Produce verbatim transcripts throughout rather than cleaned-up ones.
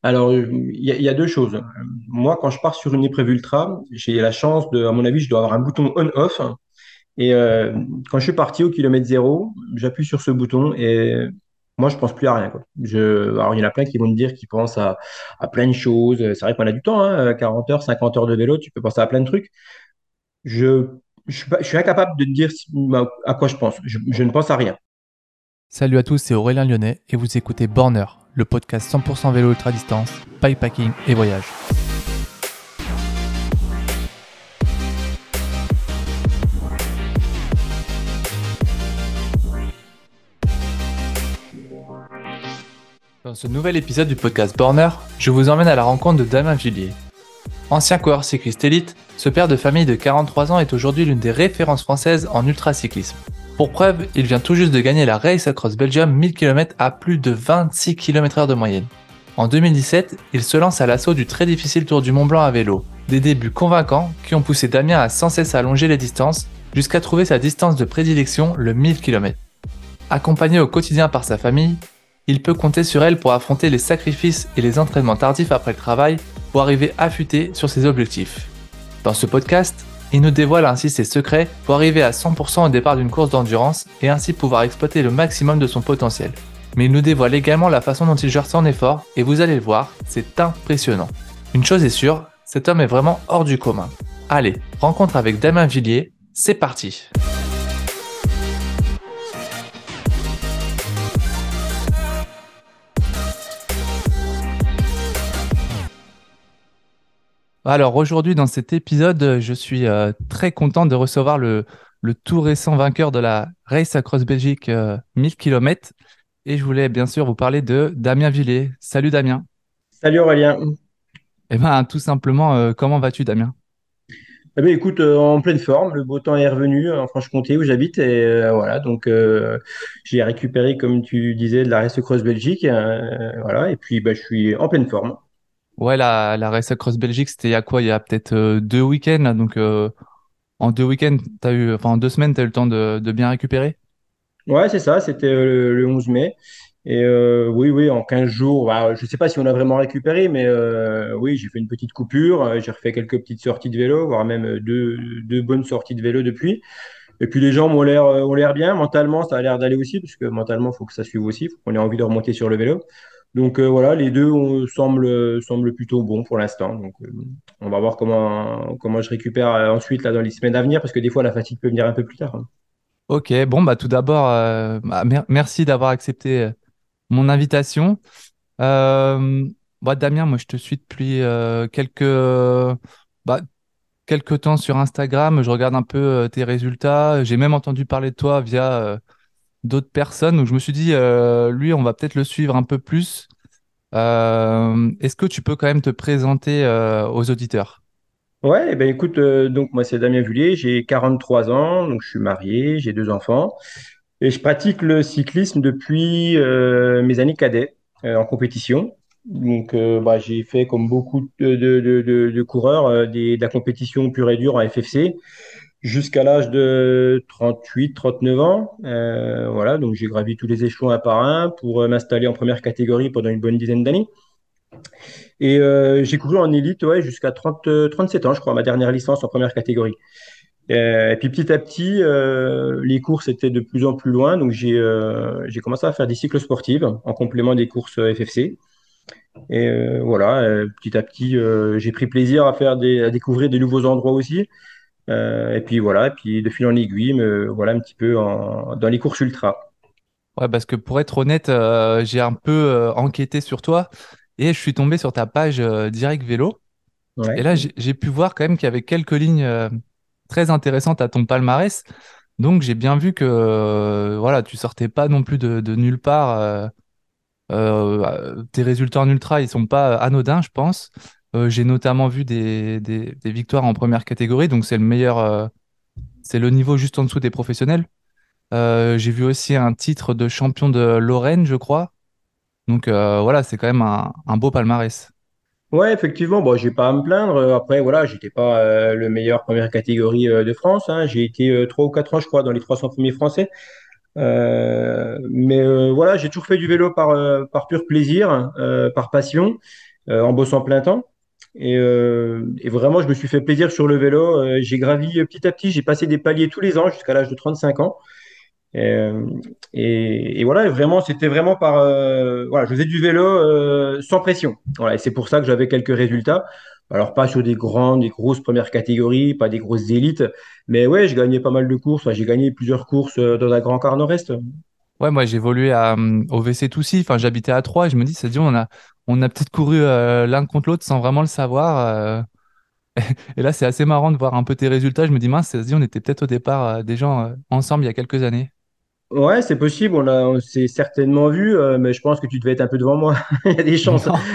Alors, il y, a il y a deux choses. Moi, quand je pars sur une épreuve ultra, j'ai la chance de, à mon avis, je dois avoir un bouton on-off. Et euh, quand je suis parti au kilomètre zéro, j'appuie sur ce bouton et moi, je pense plus à rien, quoi. Je, alors, il y en a plein qui vont me dire qu'ils pensent à, à plein de choses. C'est vrai qu'on a du temps, hein, quarante heures, cinquante heures de vélo, tu peux penser à plein de trucs. Je, je suis pas- je suis incapable de te dire si- à quoi je pense. Je, je ne pense à rien. Salut à tous, c'est Aurélien Lyonnais et vous écoutez Borner, le podcast cent pour cent vélo ultra distance, bikepacking et voyage. Dans ce nouvel épisode du podcast Borner, je vous emmène à la rencontre de Damien Villiers. Ancien coureur cycliste élite, ce père de famille de quarante-trois ans est aujourd'hui l'une des références françaises en ultracyclisme. Pour preuve, il vient tout juste de gagner la Race Across Belgium mille kilomètres à plus de vingt-six kilomètres heure de moyenne. En deux mille dix-sept, il se lance à l'assaut du très difficile Tour du Mont Blanc à vélo. Des débuts convaincants qui ont poussé Damien à sans cesse allonger les distances, jusqu'à trouver sa distance de prédilection, le mille kilomètres. Accompagné au quotidien par sa famille, il peut compter sur elle pour affronter les sacrifices et les entraînements tardifs après le travail pour arriver affûté sur ses objectifs. Dans ce podcast, il nous dévoile ainsi ses secrets pour arriver à cent pour cent au départ d'une course d'endurance et ainsi pouvoir exploiter le maximum de son potentiel. Mais il nous dévoile également la façon dont il gère son effort et vous allez le voir, c'est impressionnant. Une chose est sûre, cet homme est vraiment hors du commun. Allez, rencontre avec Damien Villiers, c'est parti! Alors aujourd'hui dans cet épisode, je suis euh, très content de recevoir le, le tout récent vainqueur de la Race Across Belgique euh, mille kilomètres et je voulais bien sûr vous parler de Damien Villiers. Salut Damien. Salut Aurélien. Eh ben tout simplement, euh, comment vas-tu Damien? Eh bien, écoute, euh, en pleine forme, le beau temps est revenu en Franche-Comté où j'habite et euh, voilà, donc euh, j'ai récupéré, comme tu disais, de la Race Cross Belgique, euh, voilà, et puis bah, je suis en pleine forme. Ouais, la, la Race Across Belgique, c'était il y a quoi? Il y a peut-être euh, deux week-ends là, donc euh, en deux week-ends, t'as eu, enfin en deux semaines, t'as eu le temps de, de bien récupérer? Ouais, c'est ça, c'était euh, le, le onze mai. Et euh, oui, oui, en quinze jours, bah, je ne sais pas si on a vraiment récupéré, mais euh, oui, j'ai fait une petite coupure, euh, j'ai refait quelques petites sorties de vélo, voire même euh, deux, deux bonnes sorties de vélo depuis. Et puis les gens ont l'air euh, ont l'air bien, mentalement, ça a l'air d'aller aussi, parce que mentalement, il faut que ça suive aussi, il faut qu'on ait envie de remonter sur le vélo. Donc euh, voilà, les deux ont- semblent, semblent plutôt bons pour l'instant. Donc euh, on va voir comment, comment je récupère euh, ensuite là, dans les semaines à venir, parce que des fois, la fatigue peut venir un peu plus tard, hein. Ok, bon bah tout d'abord, euh, bah, mer- merci d'avoir accepté euh, mon invitation. Euh, bah, Damien, moi je te suis depuis euh, quelques, bah, quelques temps sur Instagram. Je regarde un peu euh, tes résultats. J'ai même entendu parler de toi via euh, d'autres personnes. Donc je me suis dit, euh, lui, on va peut-être le suivre un peu plus. Euh, est-ce que tu peux quand même te présenter euh, aux auditeurs? Ouais, eh ben écoute, euh, donc moi c'est Damien Vullier, j'ai quarante-trois ans, donc je suis marié, j'ai deux enfants et je pratique le cyclisme depuis euh, mes années cadets euh, en compétition. Donc euh, bah, j'ai fait comme beaucoup de, de, de, de- de coureurs euh, des, de la compétition pure et dure en F F C jusqu'à l'âge de trente-huit, trente-neuf ans. Euh, voilà, donc j'ai gravi tous les échelons un par un pour euh, m'installer en première catégorie pendant une bonne dizaine d'années. Et euh, j'ai couru en élite ouais, jusqu'à trente, euh, trente-sept ans, je crois, ma dernière licence en première catégorie. Euh, et puis petit à petit, euh, les courses étaient de plus en plus loin, donc j'ai euh, j'ai commencé à faire des cycles sportifs en complément des courses F F C. Et euh, voilà, euh, petit à petit, euh, j'ai pris plaisir à faire des, à découvrir des nouveaux endroits aussi. Euh, et puis voilà, et puis de fil en aiguille, me voilà un petit peu en- dans les courses ultra. Ouais, parce que pour être honnête, euh, j'ai un peu euh, enquêté sur toi et je suis tombé sur ta page euh, Direct Vélo. Et Ouais. là, j'ai j'ai pu voir quand même qu'il y avait quelques lignes euh, très intéressantes à ton palmarès. Donc, j'ai bien vu que euh, voilà, tu sortais pas non plus de, de nulle part. euh, euh, tes résultats en ultra, ils sont pas anodins, je pense. Euh, j'ai notamment vu des, des- des victoires en première catégorie, donc c'est le meilleur, euh, c'est le niveau juste en dessous des professionnels. Euh, j'ai vu aussi un titre de champion de Lorraine, je crois. Donc euh, voilà, c'est quand même un, un beau palmarès. Ouais, effectivement, bon, j'ai pas à me plaindre. Euh, Après, voilà, j'étais pas euh, le meilleur première catégorie euh, de France, hein. J'ai été euh, trois ou quatre ans, je crois, dans les trois cents premiers français. Euh, mais euh, voilà, j'ai toujours fait du vélo par, euh, par pur plaisir, euh, par passion. euh, en bossant plein temps. Et, euh, et vraiment, je me suis fait plaisir sur le vélo. Euh, j'ai gravi euh, petit à petit, j'ai passé des paliers tous les ans jusqu'à l'âge de trente-cinq ans. Et, euh, et- et voilà, et vraiment, c'était vraiment par. Euh, voilà, je faisais du vélo euh, sans pression. Voilà, et c'est pour ça que j'avais quelques résultats. Alors, pas sur des grandes, des grosses premières catégories, pas des grosses élites, mais ouais, je gagnais pas mal de courses. Enfin, j'ai gagné plusieurs courses euh, dans un grand quart nord-est. Ouais, moi j'ai évolué à, hum, au V C Toussy, enfin j'habitais à Troyes et je me dis, ça se dit, on a, on a peut-être couru euh, l'un contre l'autre sans vraiment le savoir. euh. Et là, c'est assez marrant de voir un peu tes résultats. Je me dis, mince, ça se dit, on était peut-être au départ euh, des gens euh, ensemble il y a quelques années. Ouais, c'est possible, on a, on s'est certainement vu, euh, mais je pense que tu devais être un peu devant moi. Il y a des chances. Non.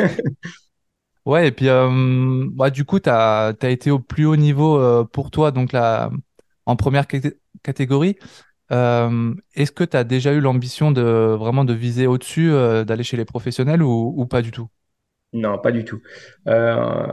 Ouais, et puis euh, bah, du coup, tu as, été au plus haut niveau euh, pour toi, donc là, en première caté- catégorie. Euh, est-ce que tu as déjà eu l'ambition de vraiment de viser au-dessus, euh, d'aller chez les professionnels ou, ou pas du tout? Non, pas du tout. Euh,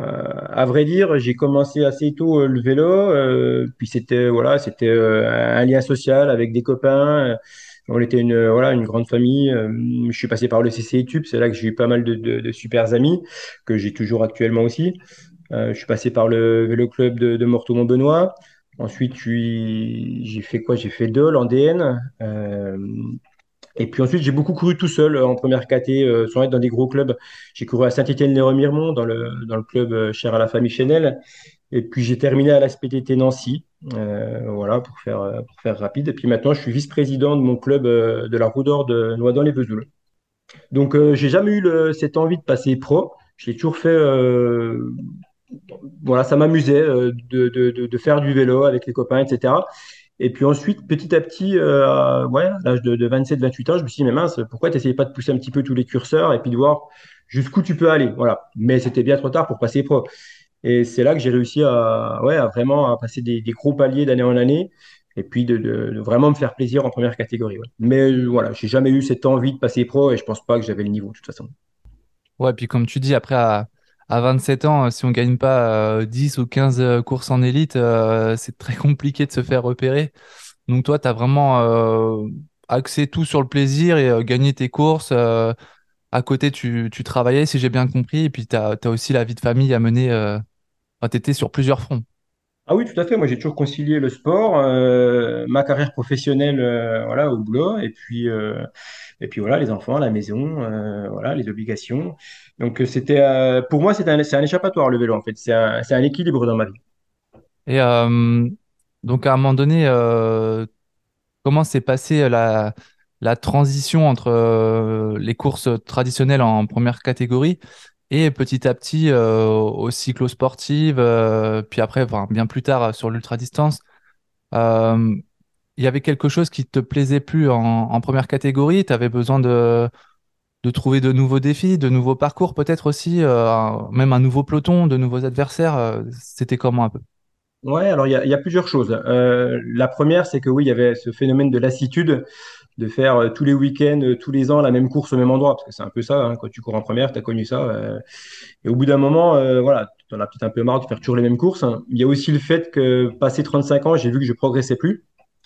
à vrai dire, j'ai commencé assez tôt euh, le vélo, euh, puis c'était voilà, c'était euh, un lien social avec des copains. Euh, On était une euh, voilà une grande famille. Euh, je suis passé par le C C Tube, c'est là que j'ai eu pas mal de, de, de super amis que j'ai toujours actuellement aussi. Euh, je suis passé par le vélo club de, de Morteau-Mont-Benoît. Ensuite, je suis- j'ai fait quoi? J'ai fait Dole en D N. Euh, et puis ensuite, j'ai beaucoup couru tout seul euh, en première caté, euh, sans être dans des gros clubs. J'ai couru à Saint-Étienne-les-Remiremont, dans le, dans le club euh, cher à la famille Chenel. Et puis j'ai terminé à la S P T T Nancy, euh, voilà, pour faire, euh, pour faire rapide. Et puis maintenant, je suis vice-président de mon club euh, de la Roue d'Or de Noidans-les-Vesoul. Donc, euh, j'ai jamais eu le- cette envie de passer pro. Je l'ai toujours fait. Euh, voilà, ça m'amusait euh, de, de, de, de faire du vélo avec les copains, et cetera. Et puis ensuite, petit à petit, euh, à- ouais, à l'âge de, de vingt-sept vingt-huit ans, je me suis dit, mais mince, pourquoi tu n'essayais pas de pousser un petit peu tous les curseurs et puis de voir jusqu'où tu peux aller. Voilà. Mais c'était bien trop tard pour passer pro. Et c'est là que j'ai réussi à, ouais, à vraiment à passer des, des gros paliers d'année en année et puis de, de- de vraiment me faire plaisir en première catégorie. Ouais. Mais euh, voilà, j'ai jamais eu cette envie de passer pro et je pense pas que j'avais le niveau de toute façon. Ouais, puis comme tu dis, après, à, à vingt-sept ans, euh, si on gagne pas euh, dix ou quinze euh, courses en élite, euh, c'est très compliqué de se faire repérer. Donc toi, tu as vraiment euh, axé tout sur le plaisir et euh, gagné tes courses. Euh, à côté, tu, tu travaillais, si j'ai bien compris, et puis tu as, aussi la vie de famille à mener. Euh, enfin, tu étais sur plusieurs fronts. Ah oui, tout à fait. Moi, j'ai toujours concilié le sport, euh, ma carrière professionnelle, euh, voilà, au boulot, et puis, euh, et puis voilà, les enfants, la maison, euh, voilà, les obligations. Donc, euh, c'était, euh, pour moi, c'est un, c'est un échappatoire, le vélo, en fait. C'est un, c'est un équilibre dans ma vie. Et euh, donc à un moment donné, euh, comment s'est passée la, la transition entre euh, les courses traditionnelles en première catégorie et petit à petit euh, aux cyclosportives, euh, puis après, enfin, bien plus tard euh, sur l'ultra-distance. Euh, Il y avait quelque chose qui te plaisait plus en, en première catégorie? Tu avais besoin de, de trouver de nouveaux défis, de nouveaux parcours peut-être aussi, euh, même un nouveau peloton, de nouveaux adversaires. euh, C'était comment un peu? Ouais, alors il y a, il y a plusieurs choses. Euh, la première, c'est que oui, il y avait ce phénomène de lassitude, de faire euh, tous les week-ends, euh, tous les ans, la même course au même endroit, parce que c'est un peu ça, hein, quand tu cours en première, tu as connu ça. euh, et au bout d'un moment, euh, voilà, tu en as peut-être un peu marre de faire toujours les mêmes courses, hein. Il y a aussi le fait que, passé trente-cinq ans, j'ai vu que je progressais plus.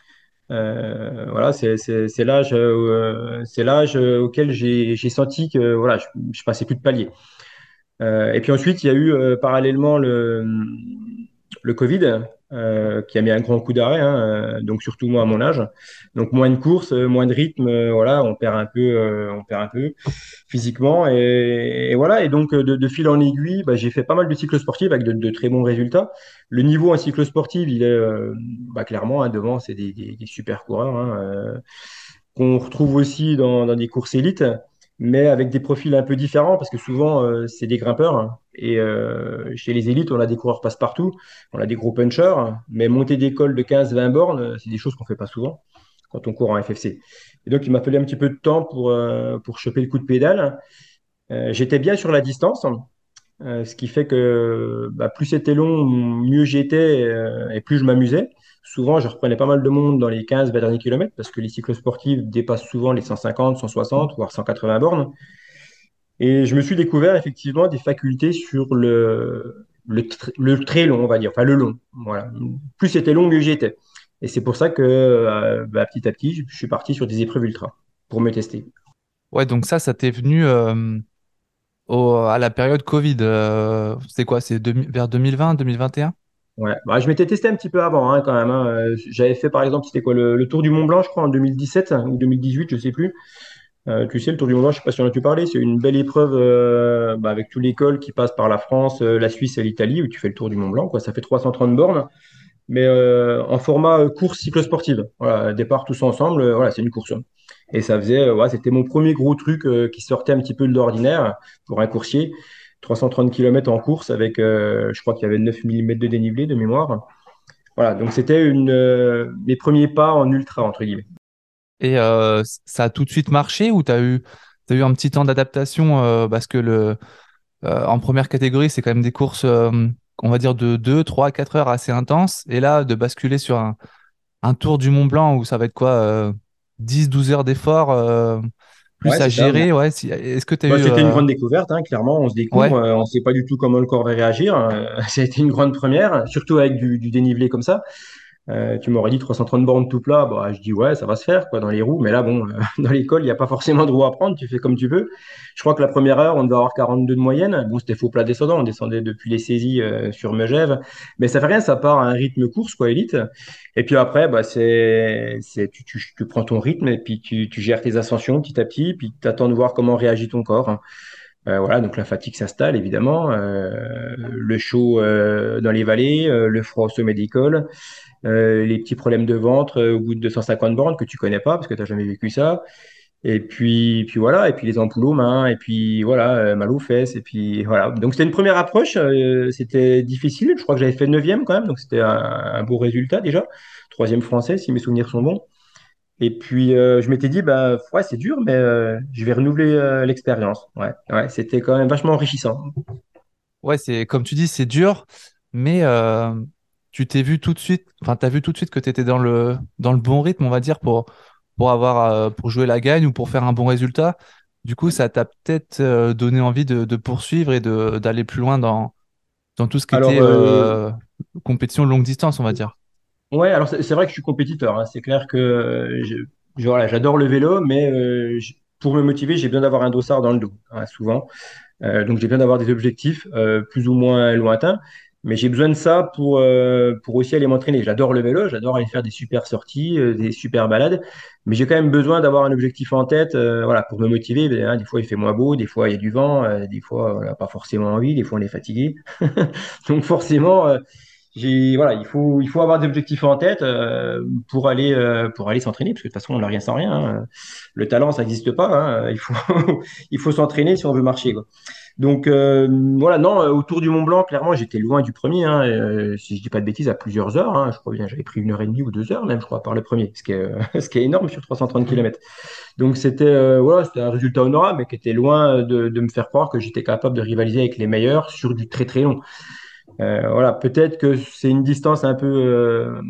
Euh, voilà, c'est c'est- c'est l'âge euh, c'est l'âge euh, auquel j'ai j'ai senti que voilà, je, je passais plus de palier. Euh, et puis ensuite, il y a eu euh, parallèlement le, le Covid euh, qui a mis un grand coup d'arrêt, hein, euh, donc surtout moi à mon âge. Donc moins de courses, euh, moins de rythme, euh, voilà, on perd un peu, euh, on perd un peu physiquement. Et, et voilà, et donc euh, de, de fil en aiguille, bah, j'ai fait pas mal de cycles sportifs avec de, de très bons résultats. Le niveau en cycle sportif, il est euh, bah, clairement hein, devant, c'est des, des- des super coureurs hein, euh, qu'on retrouve aussi dans, dans des courses élites, mais avec des profils un peu différents parce que souvent euh, c'est des grimpeurs. Hein. Et euh, chez les élites, on a des coureurs passe-partout, on a des gros punchers, mais monter d'école de quinze vingt bornes, euh, c'est des choses qu'on fait pas souvent quand on court en F F C. Et donc, il m'a fallu un petit peu de temps pour, euh, pour choper le coup de pédale. Euh, j'étais bien sur la distance, euh, ce qui fait que bah, plus c'était long, mieux j'étais euh, et plus je m'amusais. Souvent, je reprenais pas mal de monde dans les quinze vingt derniers kilomètres parce que les cyclosportifs dépassent souvent les cent cinquante, cent soixante, voire cent quatre-vingts bornes. Et je me suis découvert effectivement des facultés sur le, le, tr- le très long, on va dire, enfin le long. Voilà. Plus c'était long, mieux j'étais. Et c'est pour ça que euh, bah, petit à petit, je je suis parti sur des épreuves ultra pour me tester. Ouais, donc ça, ça t'est venu. euh, au- à la période Covid. Euh, c'est quoi? C'est deux- vers deux mille vingt, deux mille vingt et un? Ouais, bah, je m'étais testé un petit peu avant hein, quand même, hein. Euh, J'avais fait par exemple, c'était quoi, le, le Tour du Mont Blanc, je crois, en deux mille dix-sept ou deux mille dix-huit, je sais plus. Euh, tu sais, le Tour du Mont Blanc, je sais pas si on a pu parler, c'est une belle épreuve euh, bah, avec tous les cols qui passent par la France, euh, la Suisse et l'Italie, où tu fais le Tour du Mont Blanc, quoi. Ça fait trois cent trente bornes, mais euh, en format euh, course cyclosportive. Voilà, départ tous ensemble, euh, voilà, c'est une course, hein. Et ça faisait, euh, ouais, c'était mon premier gros truc euh, qui sortait un petit peu de l'ordinaire pour un coursier. trois cent trente kilomètres en course avec, euh, je crois qu'il y avait neuf millimètres de dénivelé de mémoire. Voilà, donc c'était une, euh, mes premiers pas en ultra, entre guillemets. Et euh, ça a tout de suite marché ou tu as eu, t'as eu un petit temps d'adaptation euh, parce que le, euh, en première catégorie, c'est quand même des courses, euh, on va dire, de deux, trois, quatre heures assez intenses. Et là, de basculer sur un, un tour du Mont Blanc où ça va être quoi, euh, dix, douze heures d'effort, euh, Ouais, plus à c'est ça. gérer. Ouais, si- est-ce que tu as Bah, eu. c'était une euh, grande découverte, hein, clairement. On se découvre, Ouais, euh, on ne sait pas du tout comment le corps va réagir. Euh, ça a été une grande première, surtout avec du, du dénivelé comme ça. Euh, tu m'aurais dit trois cent trente bornes tout plat, bah, je dis ouais, ça va se faire quoi, dans les roues. Mais là, bon, euh, dans l'école, il n'y a pas forcément de roues à prendre, tu fais comme tu veux. Je crois que la première heure, on devait avoir quarante-deux de moyenne. Bon, c'était faux plat descendant, on descendait depuis les saisies euh, sur Megève. Mais ça fait rien, ça part à un rythme course, quoi, élite. Et puis après, bah, c'est, c'est, tu, tu, tu prends ton rythme et puis tu, tu gères tes ascensions petit à petit, puis tu attends de voir comment réagit ton corps. Euh, voilà, donc la fatigue s'installe évidemment, euh, le chaud euh, dans les vallées, euh, le froid au sommet des cols, euh, les petits problèmes de ventre euh, au bout de deux cent cinquante bornes que tu connais pas parce que tu n'as jamais vécu ça. Et puis, puis voilà, et puis les ampoules aux mains, et puis voilà, euh, mal aux fesses, et puis voilà. Donc c'était une première approche, euh, c'était difficile. Je crois que j'avais fait neuvième quand même, donc c'était un, un beau résultat déjà. Troisième français, si mes souvenirs sont bons. Et puis euh, je m'étais dit, bah ouais, c'est dur, mais euh, je vais renouveler euh, l'expérience. Ouais, ouais, c'était quand même vachement enrichissant. ouais, c'est comme tu dis, c'est dur, mais euh, tu t'es vu tout de suite, enfin, tu as vu tout de suite que tu étais dans le, dans le bon rythme, on va dire, pour, pour avoir, euh, pour jouer la gagne ou pour faire un bon résultat. Du coup, ça t'a peut-être euh, donné envie de, de poursuivre et de, d'aller plus loin dans, dans tout ce qui Alors, était euh, euh, compétition longue distance, on va dire. ouais, alors c'est c'est vrai que je suis compétiteur, hein. C'est clair que euh, je, je- voilà, j'adore le vélo, mais euh, j- pour me motiver, j'ai besoin d'avoir un dossard dans le dos, hein, souvent. Euh, donc j'ai besoin d'avoir des objectifs euh, plus ou moins lointains, mais j'ai besoin de ça pour, euh, pour aussi aller m'entraîner. J'adore le vélo, j'adore aller faire des super sorties, euh, des super balades, mais j'ai quand même besoin d'avoir un objectif en tête, euh, voilà, pour me motiver. Ben, hein, des fois il fait moins beau, des fois il y a du vent, euh, des fois on n'a pas forcément envie, des fois on est fatigué. Donc forcément, euh, j'ai, voilà, il faut, il faut avoir des objectifs en tête euh, pour aller, euh, pour aller s'entraîner, parce que de toute façon on n'a rien sans rien, hein. Le talent, ça n'existe pas, hein. Il faut, il faut s'entraîner si on veut marcher, quoi. Donc euh, voilà, non, euh, autour du Mont Blanc, clairement, j'étais loin du premier, hein, euh, si je dis pas de bêtises, à plusieurs heures, hein. Je crois bien, j'avais pris une heure et demie ou deux heures même, je crois, par le premier, ce qui est, euh, ce qui est énorme sur trois cent trente kilomètres. Donc c'était euh, voilà, c'était un résultat honorable, mais qui était loin de, de me faire croire que j'étais capable de rivaliser avec les meilleurs sur du très très long. Euh, voilà, peut-être que c'est une distance un peu euh,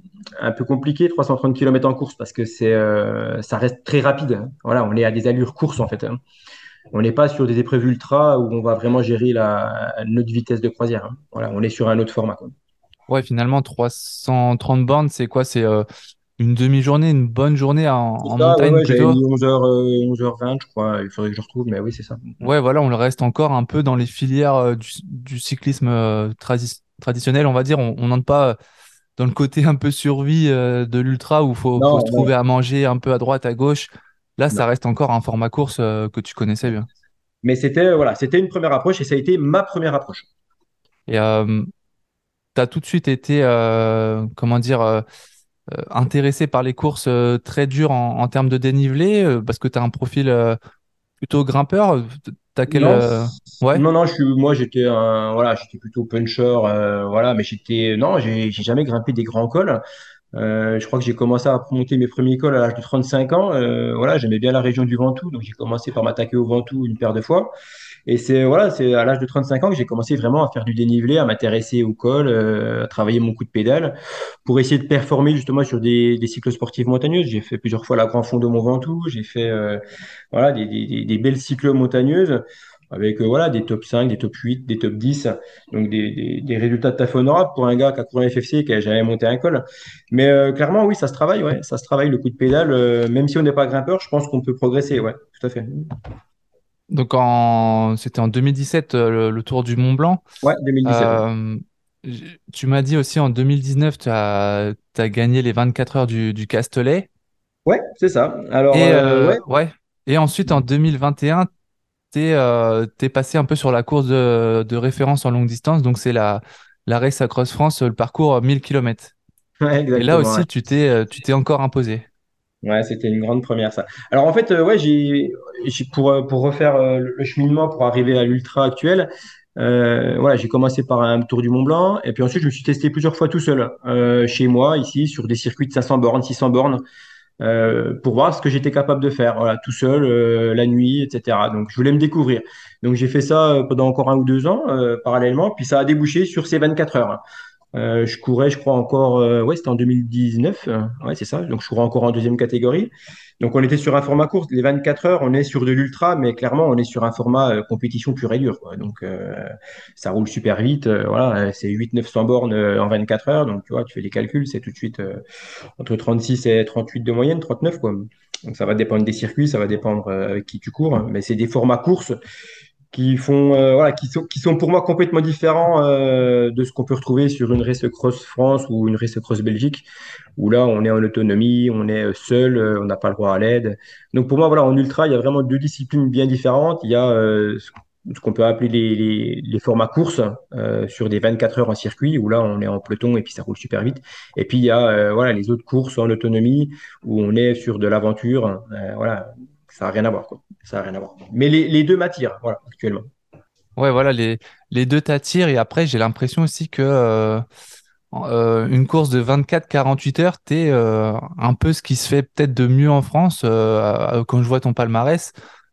un peu compliquée, trois cent trente kilomètres en course, parce que c'est euh, ça reste très rapide, hein. Voilà, on est à des allures courses en fait, hein. On n'est pas sur des épreuves ultra où on va vraiment gérer la, notre vitesse de croisière, hein. Voilà, on est sur un autre format, quoi. Ouais, finalement, trois cent trente bornes, c'est quoi? C'est euh, une demi-journée, une bonne journée en, C'est en ça, ouais, montagne ouais, j'avais plutôt? mis onze heures, euh, onze heures vingt, je crois. Il faudrait que je retrouve, mais oui, c'est ça. Ouais, voilà, on le reste encore un peu dans les filières euh, du, du cyclisme euh, tradi- traditionnel, on va dire. On on n'entre pas dans le côté un peu survie euh, de l'ultra où faut, faut se Non, trouver non, à manger un peu à droite, à gauche. Là, ça non. reste encore un format course euh, que tu connaissais bien. Mais c'était voilà, c'était une première approche et ça a été ma première approche. Et euh, tu as tout de suite été, euh, comment dire, euh, euh, intéressé par les courses euh, très dures en, en termes de dénivelé euh, parce que tu as un profil euh, plutôt grimpeur. T'as quel. Non, euh, c- Ouais, non, non, je suis, moi j'étais un, voilà, j'étais plutôt puncher, euh, voilà, mais j'étais, non, j'ai j'ai jamais grimpé des grands cols. Euh, je crois que j'ai commencé à monter mes premiers cols à l'âge de trente-cinq ans. Euh, voilà, j'aimais bien la région du Ventoux, donc j'ai commencé par m'attaquer au Ventoux une paire de fois. Et c'est voilà, c'est à l'âge de trente-cinq ans que j'ai commencé vraiment à faire du dénivelé, à m'intéresser au col, euh, à travailler mon coup de pédale pour essayer de performer justement sur des, des cyclosportives montagneuses. J'ai fait plusieurs fois la Grand Fond de Mont Ventoux, j'ai fait euh, voilà, des, des, des, des belles cyclos montagneuses avec euh, voilà, des top cinq, des top huit, des top dix, donc des, des, des résultats tout à fait honorables pour un gars qui a couru en F F C et qui n'a jamais monté un col. Mais euh, clairement, oui, ça se travaille, ouais, ça se travaille le coup de pédale. Euh, même si on n'est pas grimpeur, je pense qu'on peut progresser, ouais, tout à fait. Donc en, c'était en deux mille dix-sept euh, le, le Tour du Mont Blanc. Ouais, deux mille dix-sept. Ouais, Euh, j- Tu m'as dit aussi en deux mille dix-neuf, tu as, gagné les vingt-quatre heures du, du Castellet. ouais, c'est ça. Alors, Et euh, euh, ouais. ouais. Et ensuite en deux mille vingt et un, t'es euh, t'es passé un peu sur la course de, de référence en longue distance. Donc c'est la, la Race Across France, le parcours euh, mille kilomètres. Ouais, Et là exactement. Ouais. aussi, tu t'es euh, tu t'es encore imposé. Ouais, c'était une grande première, ça. Alors, en fait, euh, ouais, j'ai, j'ai pour, euh, pour refaire euh, le cheminement pour arriver à l'ultra actuel, euh, voilà, j'ai commencé par un tour du Mont Blanc, et puis ensuite, je me suis testé plusieurs fois tout seul, euh, chez moi, ici, sur des circuits de cinq cents bornes, six cents bornes, euh, pour voir ce que j'étais capable de faire, voilà, tout seul, euh, la nuit, et cetera. Donc, je voulais me découvrir. Donc, j'ai fait ça euh, pendant encore un ou deux ans, euh, parallèlement, puis ça a débouché sur ces vingt-quatre heures. Euh, je courais, je crois, encore, euh, ouais, c'était en deux mille dix-neuf, euh, ouais, c'est ça. Donc, je courais encore en deuxième catégorie. Donc, on était sur un format court, les vingt-quatre heures, on est sur de l'ultra, mais clairement, on est sur un format euh, compétition pure et dure, quoi. Donc, euh, ça roule super vite. Euh, voilà, euh, c'est huit neuf cents bornes euh, en vingt-quatre heures. Donc, tu vois, tu fais les calculs, c'est tout de suite euh, entre trente-six et trente-huit de moyenne, trente-neuf, quoi. Donc, ça va dépendre des circuits, ça va dépendre euh, avec qui tu cours, hein. Mais c'est des formats courses qui font euh, voilà qui sont qui sont pour moi complètement différents euh, de ce qu'on peut retrouver sur une race cross France ou une race cross Belgique où là on est en autonomie, on est seul, euh, on n'a pas le droit à l'aide. Donc pour moi voilà en ultra il y a vraiment deux disciplines bien différentes. Il y a euh, ce ce qu'on peut appeler les, les, les formats courses euh, sur des vingt-quatre heures en circuit où là on est en peloton et puis ça roule super vite. Et puis il y a euh, voilà les autres courses en autonomie où on est sur de l'aventure. Euh, voilà, ça n'a rien à voir, quoi. Ça n'a rien à voir. Mais les, les deux m'attirent, voilà, actuellement. Ouais, voilà, les, les deux t'attirent. Et après, j'ai l'impression aussi que euh, euh, une course de vingt-quatre à quarante-huit heures, t'es euh, un peu ce qui se fait peut-être de mieux en France. Euh, quand je vois ton palmarès,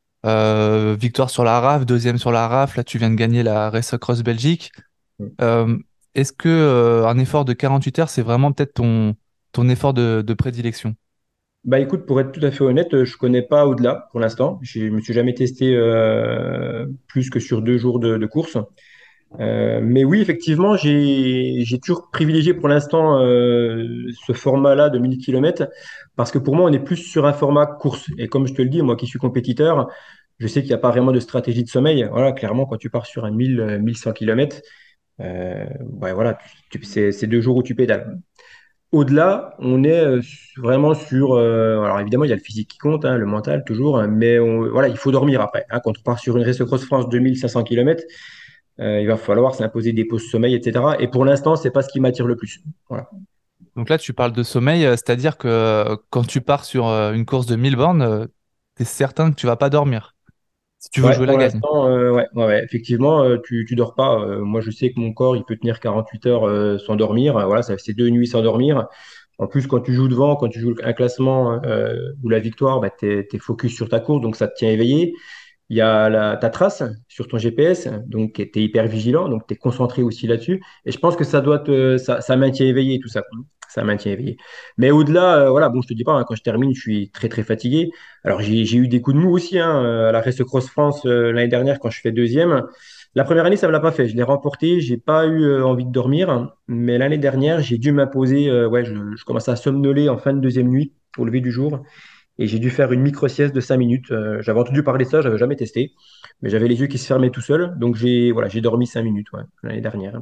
euh, victoire sur la R A F, deuxième sur la R A F, là tu viens de gagner la Race Across Belgique. Euh, Est-ce que euh, un effort de quarante-huit heures, c'est vraiment peut-être ton, ton effort de, de prédilection? Bah écoute, pour être tout à fait honnête, euh, je connais pas au-delà pour l'instant. Je me suis jamais testé euh, plus que sur deux jours de, de course. Euh, mais oui, effectivement, j'ai j'ai toujours privilégié pour l'instant euh, ce format-là de mille kilomètres parce que pour moi, on est plus sur un format course. Et comme je te le dis, moi qui suis compétiteur, je sais qu'il n'y a pas vraiment de stratégie de sommeil. Voilà, clairement, quand tu pars sur un mille, euh, mille cent kilomètres, euh, ouais, voilà, tu- tu- c'est c'est deux jours où tu pédales. Au-delà, on est euh, vraiment sur. Euh, alors évidemment, il y a le physique qui compte, hein, le mental toujours, hein, mais on- voilà, il faut dormir après, hein. Quand on part sur une Race Cross France deux mille cinq cents kilomètres, euh, il va falloir s'imposer des pauses sommeil, et cetera. Et pour l'instant, c'est pas ce qui m'attire le plus. Voilà. Donc là, tu parles de sommeil, euh, c'est-à-dire que euh, quand tu pars sur euh, une course de mille bornes, tu es certain que tu vas pas dormir si tu veux Ouais, jouer la pour gagne. l'instant, euh, ouais, ouais, ouais, effectivement, euh, tu, tu dors pas. Euh, moi, je sais que mon corps, il peut tenir quarante-huit heures euh, sans dormir. Euh, Voilà, ça fait deux nuits sans dormir. En plus, quand tu joues devant, quand tu joues un classement euh, ou la victoire, bah, tu es focus sur ta course, donc ça te tient éveillé. Il y a la, ta trace sur ton G P S, donc tu es hyper vigilant, donc tu es concentré aussi là-dessus. Et je pense que ça doit te, ça, ça maintient éveillé tout ça, quoi. Ça maintient éveillé. Mais au-delà, euh, voilà, bon, je te dis pas, hein, quand je termine, je suis très très fatigué. Alors j'ai j'ai eu des coups de mou aussi, hein, euh, à la Race Cross France euh, l'année dernière quand je fais deuxième. La première année, ça ne me l'a pas fait. Je l'ai remporté, j'ai pas eu euh, envie de dormir. Mais l'année dernière, j'ai dû m'imposer. Euh, ouais, je, je commençais à somnoler en fin de deuxième nuit, au lever du jour. Et j'ai dû faire une micro-sieste de cinq minutes. Euh, j'avais entendu parler de ça, j'avais jamais testé. Mais j'avais les yeux qui se fermaient tout seuls. Donc j'ai voilà, j'ai dormi cinq minutes, ouais, l'année dernière.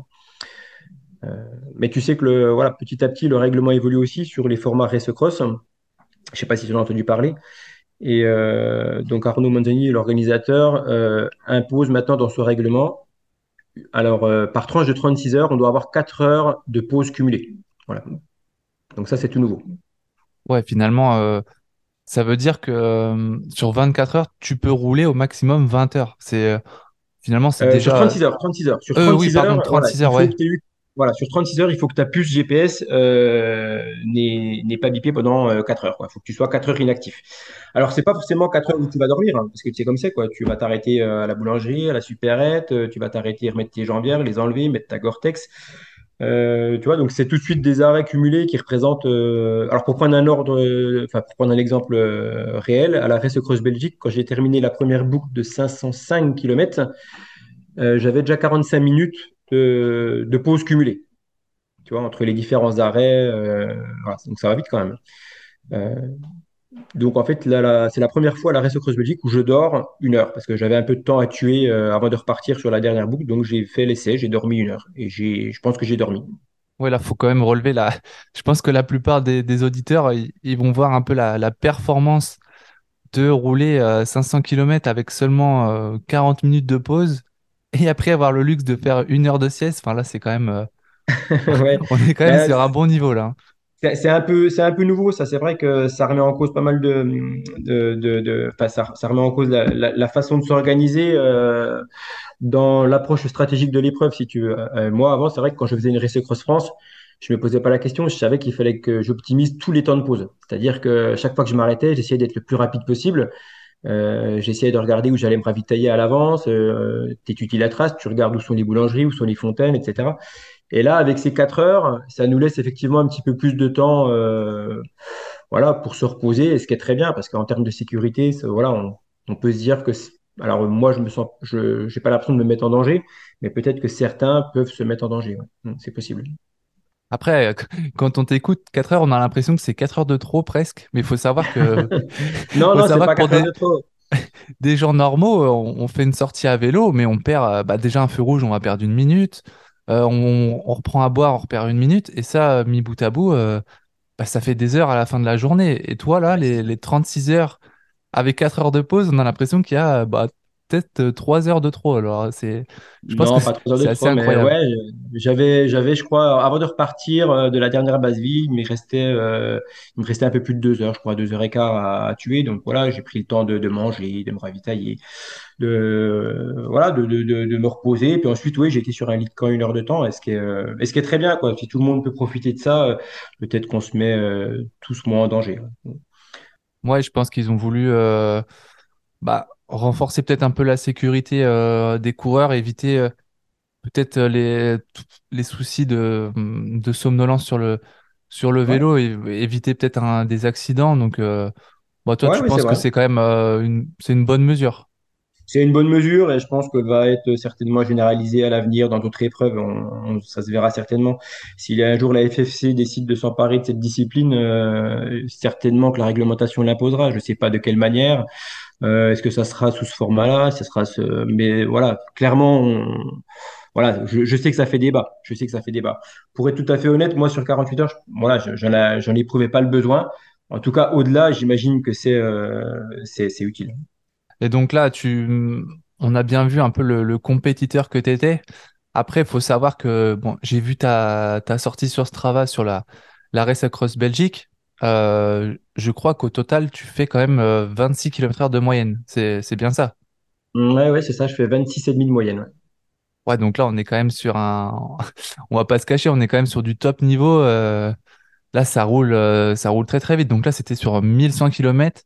Euh, mais tu sais que le, voilà, petit à petit, le règlement évolue aussi sur les formats race cross. Je sais pas si tu en as entendu parler. Et euh, donc Arnaud Manzoni, l'organisateur, euh, impose maintenant dans ce règlement, alors euh, par tranche de trente-six heures, on doit avoir quatre heures de pause cumulée. Voilà. Donc ça, c'est tout nouveau. Ouais, finalement, euh, ça veut dire que euh, sur vingt-quatre heures, tu peux rouler au maximum vingt heures. C'est euh, finalement, c'est Euh, sur déjà. trente-six heures, trente-six heures. Sur Euh, oui, trente-six pardon, heures, voilà, trente-six il heures, faut ouais. que tu aies eu, voilà, sur trente-six heures, il faut que ta puce G P S euh, n'ait n'ait pas bipé pendant euh, quatre heures. Il faut que tu sois quatre heures inactif. Alors, c'est pas forcément quatre heures où tu vas dormir, hein, parce que tu sais comme c'est, quoi. Tu vas t'arrêter euh, à la boulangerie, à la supérette, euh, tu vas t'arrêter, remettre tes jambières, les enlever, mettre ta Gore-Tex. Euh, tu vois, donc c'est tout de suite des arrêts cumulés qui représentent. euh, Alors, pour prendre un ordre, euh, enfin, pour prendre un exemple euh, réel, à la Race Cross Belgique, quand j'ai terminé la première boucle de cinq cent cinq kilomètres, euh, j'avais déjà quarante-cinq minutes de, de pause cumulée, tu vois, entre les différents arrêts. Euh, voilà, donc ça va vite quand même. Euh, Donc en fait, là, là, c'est la première fois à la Race Across Belgique où je dors une heure parce que j'avais un peu de temps à tuer euh, avant de repartir sur la dernière boucle. Donc j'ai fait l'essai, j'ai dormi une heure et j'ai, je pense que j'ai dormi. Ouais, là, faut quand même relever la. Je pense que la plupart des, des auditeurs, ils, ils vont voir un peu la, la performance de rouler euh, cinq cents kilomètres avec seulement euh, quarante minutes de pause et après avoir le luxe de faire une heure de sieste. Enfin, là, c'est quand même. euh, Ouais. On est quand même Ben, sur un bon niveau, là. c'est c'est un peu, c'est un peu nouveau, ça. C'est vrai que ça remet en cause pas mal de, de, de, de- enfin, ça, ça remet en cause la, la, la façon de s'organiser euh, dans l'approche stratégique de l'épreuve, si tu veux. Euh, moi, avant, c'est vrai que quand je faisais une Race Cross France, je me posais pas la question. Je savais qu'il fallait que j'optimise tous les temps de pause. C'est-à-dire que chaque fois que je m'arrêtais, j'essayais d'être le plus rapide possible. Euh, j'essayais de regarder où j'allais me ravitailler à l'avance. Euh, t'étudies la trace, tu regardes où sont les boulangeries, où sont les fontaines, et cetera. Et là, avec ces quatre heures, ça nous laisse effectivement un petit peu plus de temps, euh, voilà, pour se reposer, et ce qui est très bien, parce qu'en termes de sécurité, ça, voilà, on, on peut se dire que, c'est- alors moi, je me sens, je, j'ai pas l'impression de me mettre en danger, mais peut-être que certains peuvent se mettre en danger. Ouais. Mm, c'est possible. Après, euh, quand on t'écoute quatre heures, on a l'impression que c'est quatre heures de trop presque. Mais il faut savoir que, Non, faut non, c'est savoir pas que pour quatre heures des, de trop. des gens normaux, euh, on, on fait une sortie à vélo, mais on perd euh, bah, déjà un feu rouge, on va perdre une minute. Euh, on, on reprend à boire, on repère une minute. Et ça, euh, mis bout à bout, euh, bah, ça fait des heures à la fin de la journée. Et toi, là, Ouais, c'est les, ça. les trente-six heures avec quatre heures de pause, on a l'impression qu'il y a euh, bah, peut-être euh, trois heures de trop. Alors, c'est, je pense que Non, pas c'est trois heures de c'est assez trop, mais incroyable. ouais, j'avais, j'avais, je crois, avant de repartir euh, de la dernière base vie, il me restait, euh, il me restait un peu plus de deux heures, je crois, deux heures et quart à, à tuer. Donc voilà, j'ai pris le temps de, de manger, de me ravitailler, de, voilà, de, de, de, de me reposer. Puis ensuite, oui, j'ai été sur un lit de camp une heure de temps, et ce qui est, euh, et ce qui est très bien, quoi. Si tout le monde peut profiter de ça, euh, peut-être qu'on se met euh, tous moins en danger. Moi, je pense qu'ils ont voulu euh, bah, renforcer peut-être un peu la sécurité euh, des coureurs, éviter euh, peut-être euh, les, les soucis de, de somnolence sur le, sur le Ouais, vélo et éviter peut-être un, des accidents. Donc, euh, bah, toi, ouais, tu oui, c'est penses que vrai. c'est quand même euh, une, c'est une bonne mesure. C'est une bonne mesure et je pense qu'elle va être certainement généralisée à l'avenir dans d'autres épreuves. On- on- ça se verra certainement. Si un jour la F F C décide de s'emparer de cette discipline, euh, certainement que la réglementation l'imposera. Je ne sais pas de quelle manière. Euh, est-ce que ça sera sous ce format-là? Ça sera ce... Mais voilà, clairement, on- voilà, je, je sais que ça fait débat. Je sais que ça fait débat. Pour être tout à fait honnête, moi, sur quarante-huit heures, je- voilà, je- j'en ai- j'en éprouvais pas le besoin. En tout cas, au-delà, j'imagine que c'est euh, c'est c'est utile. Et donc là, tu, on a bien vu un peu le, le compétiteur que tu étais. Après, il faut savoir que bon, j'ai vu ta, ta sortie sur Strava sur la, la Race Across Belgique. Euh, je crois qu'au total, tu fais quand même euh, vingt-six kilomètres heure de moyenne. C'est, c'est bien ça. Ouais, ouais, c'est ça, je fais vingt-six virgule cinq de moyenne. Ouais. Ouais, donc là, on est quand même sur un. On va pas se cacher, on est quand même sur du top niveau. euh, Là, ça roule, euh, ça roule très très vite. Donc là, c'était sur mille cent kilomètres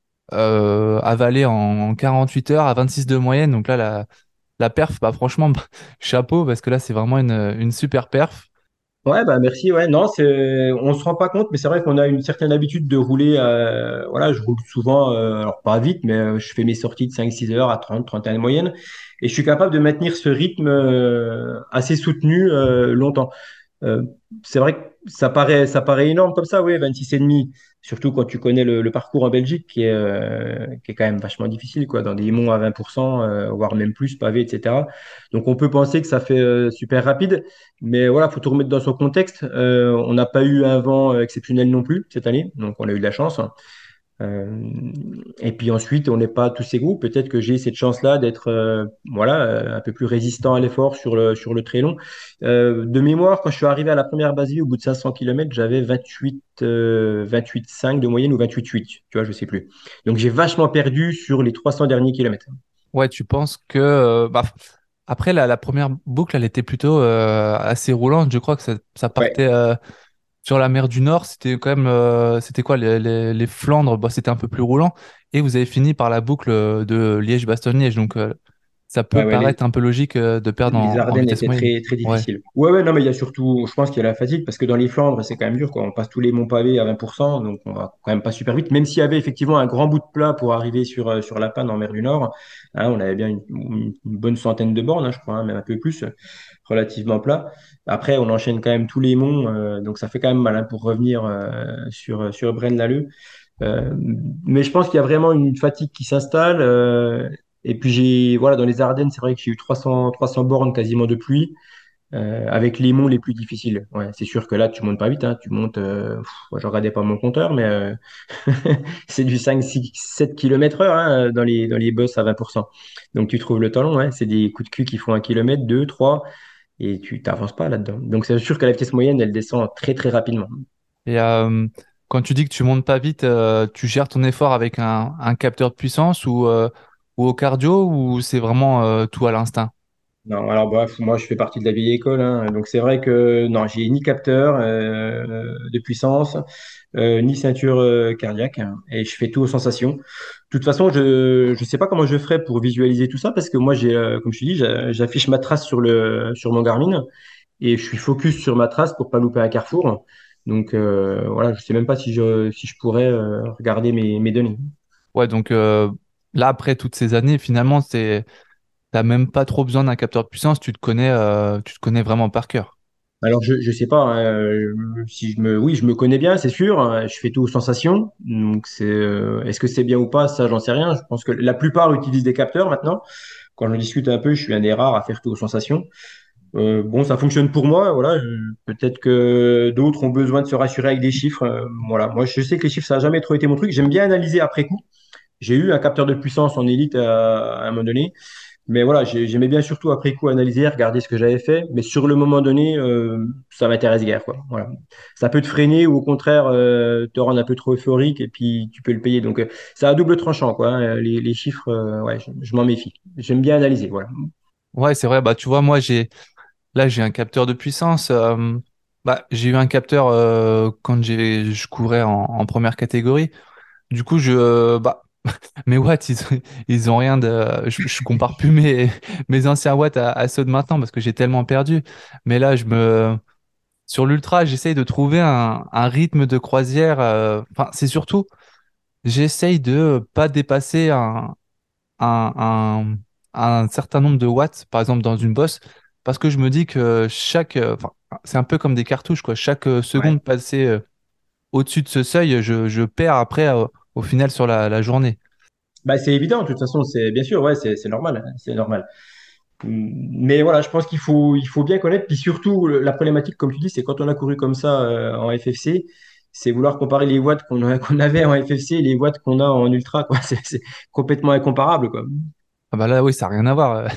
euh, avalé en quarante-huit heures à vingt-six de moyenne. Donc là, la, la perf, bah, franchement, chapeau, parce que là, c'est vraiment une, une super perf. Ouais, bah merci. Ouais, non, c'est, on se rend pas compte, mais c'est vrai qu'on a une certaine habitude de rouler. Euh, voilà, je roule souvent, euh, alors pas vite, mais euh, je fais mes sorties de cinq six heures à trente trente et un de moyenne, et je suis capable de maintenir ce rythme euh, assez soutenu euh, longtemps. Euh, c'est vrai que ça paraît, ça paraît énorme comme ça, oui, vingt-six et demi. Surtout quand tu connais le, le parcours en Belgique qui est, euh, qui est quand même vachement difficile, quoi, dans des monts à vingt pour cent, euh, voire même plus, pavés, et cetera. Donc on peut penser que ça fait euh, super rapide, mais voilà, faut tout remettre dans son contexte. Euh, on n'a pas eu un vent euh, exceptionnel non plus cette année, donc on a eu de la chance. Euh, et puis ensuite, on n'est pas tous égaux. Peut-être que j'ai cette chance-là d'être euh, voilà, euh, un peu plus résistant à l'effort sur le, sur le très long. Euh, de mémoire, quand je suis arrivé à la première base vie au bout de cinq cents kilomètres, j'avais vingt-huit, euh, vingt-huit virgule cinq de moyenne ou vingt-huit virgule huit. Tu vois, je sais plus. Donc j'ai vachement perdu sur les trois cents derniers kilomètres. Ouais, tu penses que. euh, bah, après, la, la première boucle, elle était plutôt euh, assez roulante. Je crois que ça, ça Ouais, partait euh, sur la mer du Nord. C'était quand même. euh, c'était quoi, les, les- les Flandres, bah, c'était un peu plus roulant. Et vous avez fini par la boucle euh, de Liège-Bastogne-Liège. Donc, euh, ça peut ouais, ouais. Les, paraître un peu logique euh, de perdre Les en, en Ardennes vitesse étaient moyenne. très, très Ouais. difficiles. Ouais, ouais, non, mais il y a surtout, je pense qu'il y a la fatigue parce que dans les Flandres, c'est quand même dur, quoi. On passe tous les monts pavés à vingt pour cent, donc on va quand même pas super vite. Même s'il y avait effectivement un grand bout de plat pour arriver sur, euh, sur la Panne en mer du Nord, hein, on avait bien une, une- une bonne centaine de bornes, hein, je crois, hein, même un peu plus, euh, relativement plat. Après, on enchaîne quand même tous les monts, euh, donc ça fait quand même mal hein, pour revenir euh, sur, sur Braine-l'Alleud. Euh, mais je pense qu'il y a vraiment une fatigue qui s'installe. Euh, et puis j'ai, voilà, dans les Ardennes, c'est vrai que j'ai eu trois cents, trois cents bornes quasiment de pluie, euh, avec les monts les plus difficiles. Ouais, c'est sûr que là, tu montes pas vite, hein, tu montes, euh, pff, moi, je regardais pas mon compteur, mais euh, c'est du cinq, six, sept km heure hein, dans les, dans les bosses à vingt pour cent. Donc tu trouves le temps long, hein, c'est des coups de cul qui font un kilomètre, deux, trois, et tu t'avances pas là-dedans. Donc c'est sûr que la vitesse moyenne, elle descend très très rapidement. Et euh, quand tu dis que tu montes pas vite, euh, tu gères ton effort avec un, un capteur de puissance ou, euh, ou au cardio ou c'est vraiment euh, tout à l'instinct? Non, alors bref, moi je fais partie de la vieille école, hein, donc c'est vrai que non, j'ai ni capteur euh, de puissance, euh, ni ceinture euh, cardiaque, hein, et je fais tout aux sensations. De toute façon, je je sais pas comment je ferais pour visualiser tout ça parce que moi j'ai, euh, comme je te dis, j'a- j'affiche ma trace sur le sur mon Garmin et je suis focus sur ma trace pour pas louper un carrefour. Donc euh, voilà, je sais même pas si je si je pourrais euh, regarder mes mes données. Ouais, donc euh, là, après toutes ces années, finalement, c'est, t'as même pas trop besoin d'un capteur de puissance, tu te connais, euh, tu te connais vraiment par cœur. Alors, je je sais pas hein, euh, si je me oui, je me connais bien, c'est sûr, hein, je fais tout aux sensations. Donc c'est euh, est-ce que c'est bien ou pas, ça j'en sais rien. Je pense que la plupart utilisent des capteurs maintenant. Quand je discute un peu, je suis un des rares à faire tout aux sensations. Euh, bon, ça fonctionne pour moi, voilà. Je- Peut-être que d'autres ont besoin de se rassurer avec des chiffres. euh, voilà, moi je sais que les chiffres ça a jamais trop été mon truc. J'aime bien analyser après coup. J'ai eu un capteur de puissance en élite à, à un moment donné. Mais voilà, j'ai- j'aimais bien surtout après coup analyser, regarder ce que j'avais fait. Mais sur le moment donné, euh, ça m'intéresse guère, quoi. Voilà. Ça peut te freiner ou au contraire euh, te rendre un peu trop euphorique et puis tu peux le payer. Donc, euh, c'est à double tranchant, quoi, hein. Les, les chiffres, euh, ouais, je, je m'en méfie. J'aime bien analyser, voilà. Ouais, c'est vrai, bah tu vois, moi j'ai là j'ai un capteur de puissance. Euh, bah, j'ai eu un capteur euh, quand j'ai je courais en, en première catégorie. Du coup, je euh, bah mes watts, ils, ils ont rien de. Je, je compare plus mes, mes anciens watts à, à ceux de maintenant parce que j'ai tellement perdu. Mais là, je me sur l'ultra, j'essaye de trouver un, un rythme de croisière. euh, Enfin, c'est surtout, j'essaye de pas dépasser un, un, un, un certain nombre de watts, par exemple dans une bosse, parce que je me dis que chaque, euh, enfin, c'est un peu comme des cartouches, quoi. Chaque euh, Ouais. seconde passée euh, au-dessus de ce seuil, je, je perds après euh, au final sur la, la journée. Bah, c'est évident, de toute façon, c'est bien sûr, ouais, c'est c'est normal, hein, c'est normal. Hum, Mais voilà, je pense qu'il faut, il faut bien connaître. Puis surtout, le- la problématique, comme tu dis, c'est quand on a couru comme ça euh, en F F C, c'est vouloir comparer les watts qu'on a- qu'on avait en F F C et les watts qu'on a en ultra, quoi. C'est c'est complètement incomparable, quoi. Ah bah là, oui, ça n'a rien à voir. euh.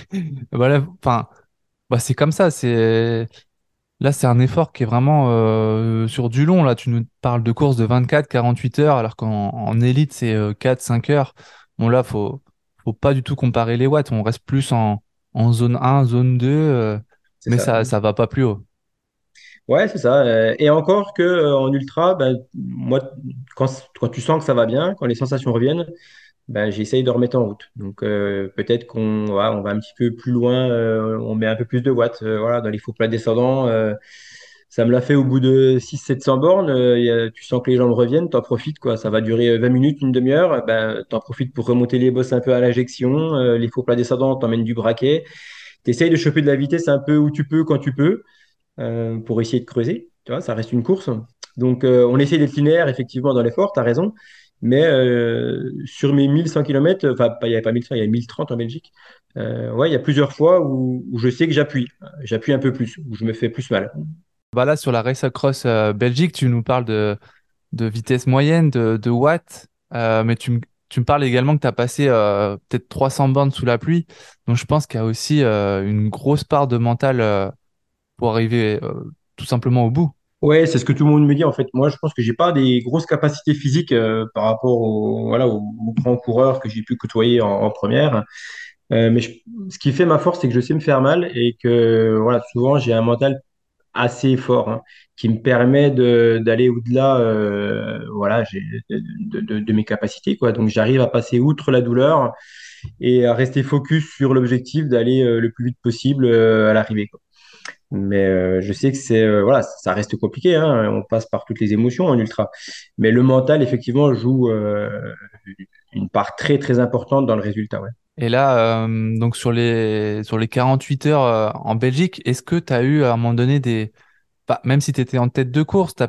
Bah là, enfin, bah c'est comme ça. C'est là, c'est un effort qui est vraiment euh, sur du long. Là, tu nous parles de courses de vingt-quatre, quarante-huit heures, alors qu'en en élite, c'est euh, quatre, cinq heures. Bon, là, faut, faut pas du tout comparer les watts. On reste plus en, en zone un, zone deux, euh, C'est mais ça. ça, ça va pas plus haut. Ouais, c'est ça. Euh, Et encore que euh, en ultra, ben, moi, quand, quand tu sens que ça va bien, quand les sensations reviennent, ben, j'essaye de remettre en route. Donc euh, peut-être qu'on voilà, on va un petit peu plus loin, euh, on met un peu plus de watts. Euh, voilà, dans les faux plats descendants, euh, ça me l'a fait au bout de six sept cents bornes. Euh, il y a- tu sens que les jambes reviennent, t'en profites, quoi. Ça va durer vingt minutes, une demi-heure. Ben, t'en profites pour remonter les bosses un peu à l'injection. Euh, les faux plats descendants, t'emmènes du braquet. T'essayes de choper de la vitesse un peu où tu peux, quand tu peux, euh, pour essayer de creuser. Tu vois, ça reste une course. Donc, euh, on essaie d'être linéaire, effectivement, dans l'effort, tu as raison. Mais euh, sur mes mille cent kilomètres, enfin, pas- il n'y avait pas mille cent, il y a mille trente en Belgique. Euh, ouais, il y a plusieurs fois où, où je sais que j'appuie. J'appuie un peu plus, où je me fais plus mal. Bah là, sur la Race Across euh, Belgique, tu nous parles de, de vitesse moyenne, de, de watts, euh, mais tu me, tu me parles également que tu as passé euh, peut-être trois cents bornes sous la pluie. Donc, je pense qu'il y a aussi euh, une grosse part de mental euh, pour arriver euh, tout simplement au bout. Ouais, c'est ce que tout le monde me dit en fait. Moi, je pense que j'ai pas des grosses capacités physiques euh, par rapport aux, voilà, aux, aux grands coureurs que j'ai pu côtoyer en, en première. Euh, mais je- ce qui fait ma force, c'est que je sais me faire mal et que voilà, souvent j'ai un mental assez fort hein, qui me permet de d'aller au-delà euh, voilà j'ai- de, de- de mes capacités quoi. Donc j'arrive à passer outre la douleur et à rester focus sur l'objectif d'aller euh, le plus vite possible euh, à l'arrivée quoi. Mais euh, je sais que c'est euh, voilà, ça reste compliqué hein, on passe par toutes les émotions en ultra, mais le mental effectivement joue euh, une part très très importante dans le résultat, ouais. Et là, euh, donc sur les, sur les quarante-huit heures euh, en Belgique, est-ce que tu as eu à un moment donné des... Bah, même si tu étais en tête de course, tu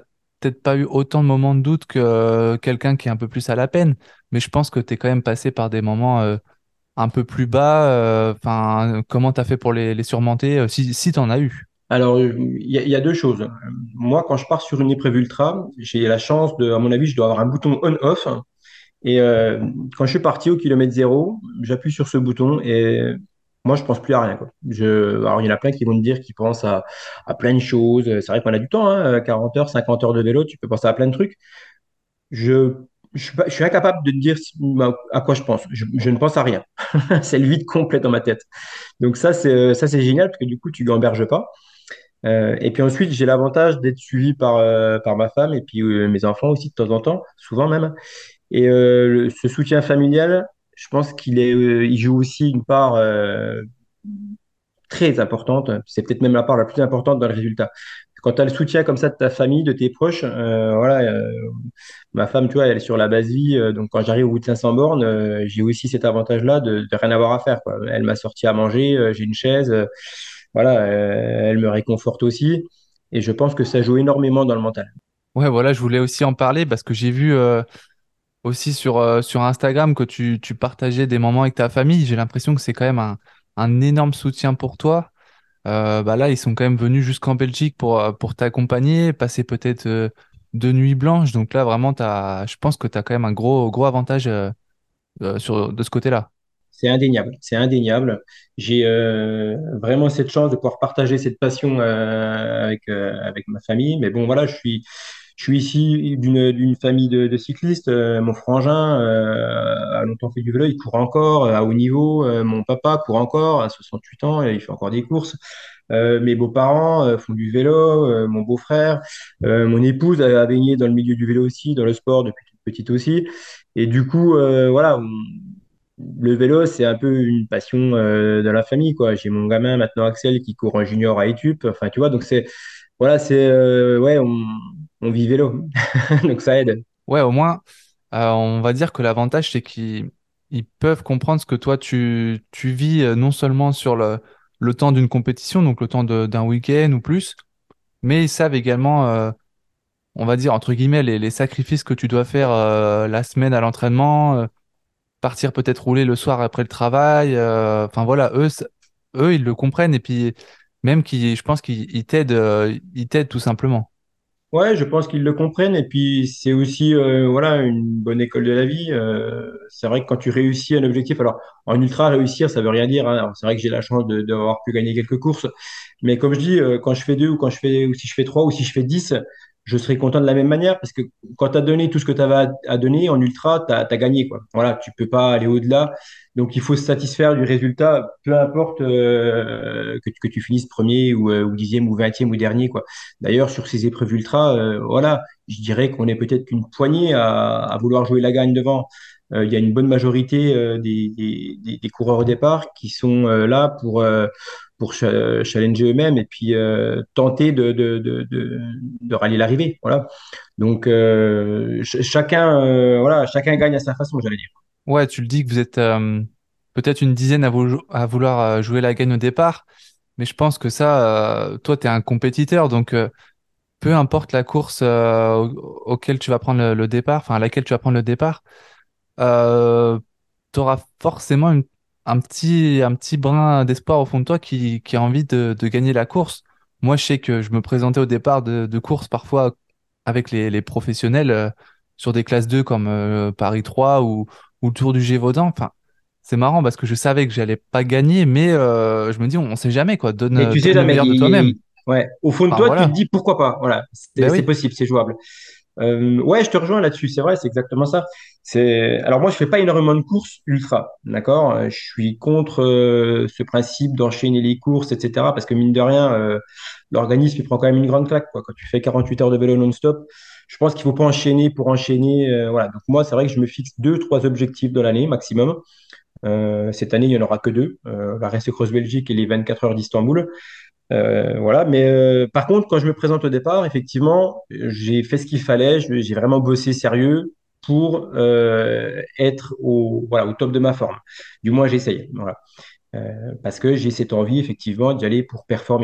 peut-être pas eu autant de moments de doute que euh, quelqu'un qui est un peu plus à la peine, mais je pense que tu es quand même passé par des moments euh, un peu plus bas. euh, Enfin, comment tu as fait pour les, les surmonter, euh, si, si tu en as eu? Alors, euh, il y, a il y a deux choses. Moi, quand je pars sur une épreuve ultra, j'ai la chance de, à mon avis, je dois avoir un bouton on-off. Et euh, quand je suis parti au kilomètre zéro, j'appuie sur ce bouton et moi, je pense plus à rien, quoi. Je, alors, il y en a plein qui vont me dire qu'ils pensent à, à plein de choses. C'est vrai qu'on a du temps, hein, quarante heures, cinquante heures de vélo, tu peux penser à plein de trucs. Je, je suis pas- je suis incapable de te dire si- à quoi je pense. Je, je ne pense à rien. C'est le vide complet dans ma tête. Donc ça, c'est ça, c'est génial parce que du coup, tu gamberges pas. Euh, et puis ensuite, j'ai l'avantage d'être suivi par, euh, par ma femme et puis euh, mes enfants aussi de temps en temps, souvent même. Et euh, le- ce soutien familial, je pense qu'il est, euh, il joue aussi une part euh, très importante. C'est peut-être même la part la plus importante dans le résultat. Quand tu as le soutien comme ça de ta famille, de tes proches, euh, voilà, euh, ma femme, tu vois, elle est sur la base vie. Euh, donc quand j'arrive au bout de cinq cents bornes, euh, j'ai aussi cet avantage-là de, de rien avoir à faire, quoi. Elle m'a sorti à manger, euh, j'ai une chaise, euh, voilà, euh, elle me réconforte aussi. Et je pense que ça joue énormément dans le mental. Ouais, voilà, je voulais aussi en parler parce que j'ai vu euh, aussi sur, euh, sur Instagram que tu, tu partageais des moments avec ta famille. J'ai l'impression que c'est quand même un, un énorme soutien pour toi. Euh, bah là, ils sont quand même venus jusqu'en Belgique pour, euh, pour t'accompagner, passer peut-être euh, deux nuits blanches. Donc là, vraiment, t'as, je pense que tu as quand même un gros, gros avantage euh, euh, sur, de ce côté-là. C'est indéniable, c'est indéniable. J'ai euh, vraiment cette chance de pouvoir partager cette passion euh, avec, euh, avec ma famille. Mais bon, voilà, je suis, je suis ici d'une d'une famille de, de cyclistes. Euh, mon frangin euh, a longtemps fait du vélo, il court encore euh, à haut niveau. Euh, mon papa court encore à soixante-huit ans, et il fait encore des courses. Euh, mes beaux-parents euh, font du vélo, euh, mon beau-frère, euh, mon épouse a, a baigné dans le milieu du vélo aussi, dans le sport depuis toute petite aussi. Et du coup, euh, voilà, on- le vélo, c'est un peu une passion euh, de la famille, quoi. J'ai mon gamin maintenant, Axel, qui court en junior à Etup. Enfin, tu vois, donc c'est, voilà, c'est, euh, ouais, on, on vit vélo. Donc ça aide. Ouais, au moins, euh, on va dire que l'avantage, c'est qu'ils ils peuvent comprendre ce que toi, tu, tu vis euh, non seulement sur le, le temps d'une compétition, donc le temps de- d'un week-end ou plus, mais ils savent également, euh, on va dire, entre guillemets, les, les sacrifices que tu dois faire euh, la semaine à l'entraînement, euh, partir peut-être rouler le soir après le travail. euh, Enfin voilà, eux, c- eux, ils le comprennent et puis même qui, je pense qu'ils ils t'aident, euh, ils t'aident tout simplement. Ouais, je pense qu'ils le comprennent. Et puis, c'est aussi euh, voilà, une bonne école de la vie. Euh, c'est vrai que quand tu réussis un objectif, alors en ultra, réussir, ça veut rien dire, hein. Alors, c'est vrai que j'ai la chance de- d'avoir pu gagner quelques courses. Mais comme je dis, euh, quand je fais deux ou quand je fais, ou si je fais trois ou si je fais dix, je serai content de la même manière parce que quand tu as donné tout ce que tu avais à, à donner en ultra, tu as, gagné, quoi. Voilà, tu peux pas aller au-delà. Donc, il faut se satisfaire du résultat, peu importe euh, que, que tu finisses premier ou, euh, ou dixième ou vingtième ou dernier, quoi. D'ailleurs, sur ces épreuves ultra, euh, voilà, je dirais qu'on est peut-être qu'une poignée à, à vouloir jouer la gagne devant. Euh, il y a une bonne majorité euh, des, des, des- des coureurs au départ qui sont euh, là pour, euh, pour cha- challenger eux-mêmes et puis euh, tenter de, de, de, de, de rallier l'arrivée. Voilà. Donc, euh, ch- chacun, euh, voilà, chacun gagne à sa façon, j'allais dire. Ouais, tu le dis que vous êtes euh, peut-être une dizaine à, vou- à vouloir euh, jouer la gagne au départ, mais je pense que ça, euh, toi, tu es un compétiteur, donc euh, peu importe la course euh, au- auquel tu vas prendre le, le départ, enfin à laquelle tu vas prendre le départ, euh, tu auras forcément une- un petit, un petit brin d'espoir au fond de toi qui, qui a envie de, de gagner la course. Moi, je sais que je me présentais au départ de, de course parfois avec les, les professionnels euh, sur des classes deux comme euh, Paris trois ou, ou le Tour du Gévaudan. Enfin, c'est marrant parce que je savais que j'allais pas gagner, mais euh, je me dis, on, on sait jamais quoi. Mais Donne, tu sais donne le jamais, meilleur de il- toi-même. il- ouais, au fond de Enfin, toi, tu te voilà. dis pourquoi pas. Voilà, c'est Ben c'est oui. possible, c'est jouable. Euh, ouais, je te rejoins là-dessus, c'est vrai, c'est exactement ça. C'est... Alors moi, je fais pas énormément de courses ultra, d'accord? Euh, Je suis contre euh, ce principe d'enchaîner les courses, et cetera. Parce que mine de rien, euh, l'organisme, il prend quand même une grande claque, quoi. Quand tu fais quarante-huit heures de vélo non-stop, je pense qu'il faut pas enchaîner pour enchaîner. Euh, voilà. Donc moi, c'est vrai que je me fixe deux, trois objectifs dans l'année maximum. Euh, cette année, il n'y en aura que deux, euh, la Race Cross Belgique et les vingt-quatre heures d'Istanbul. Euh, voilà, mais euh, par contre, quand je me présente au départ, effectivement, j'ai fait ce qu'il fallait, je- j'ai vraiment bossé sérieux pour euh, être au, voilà, au top de ma forme. Du moins, j'essaye, voilà. Euh, parce que j'ai cette envie, effectivement, d'y aller pour performer.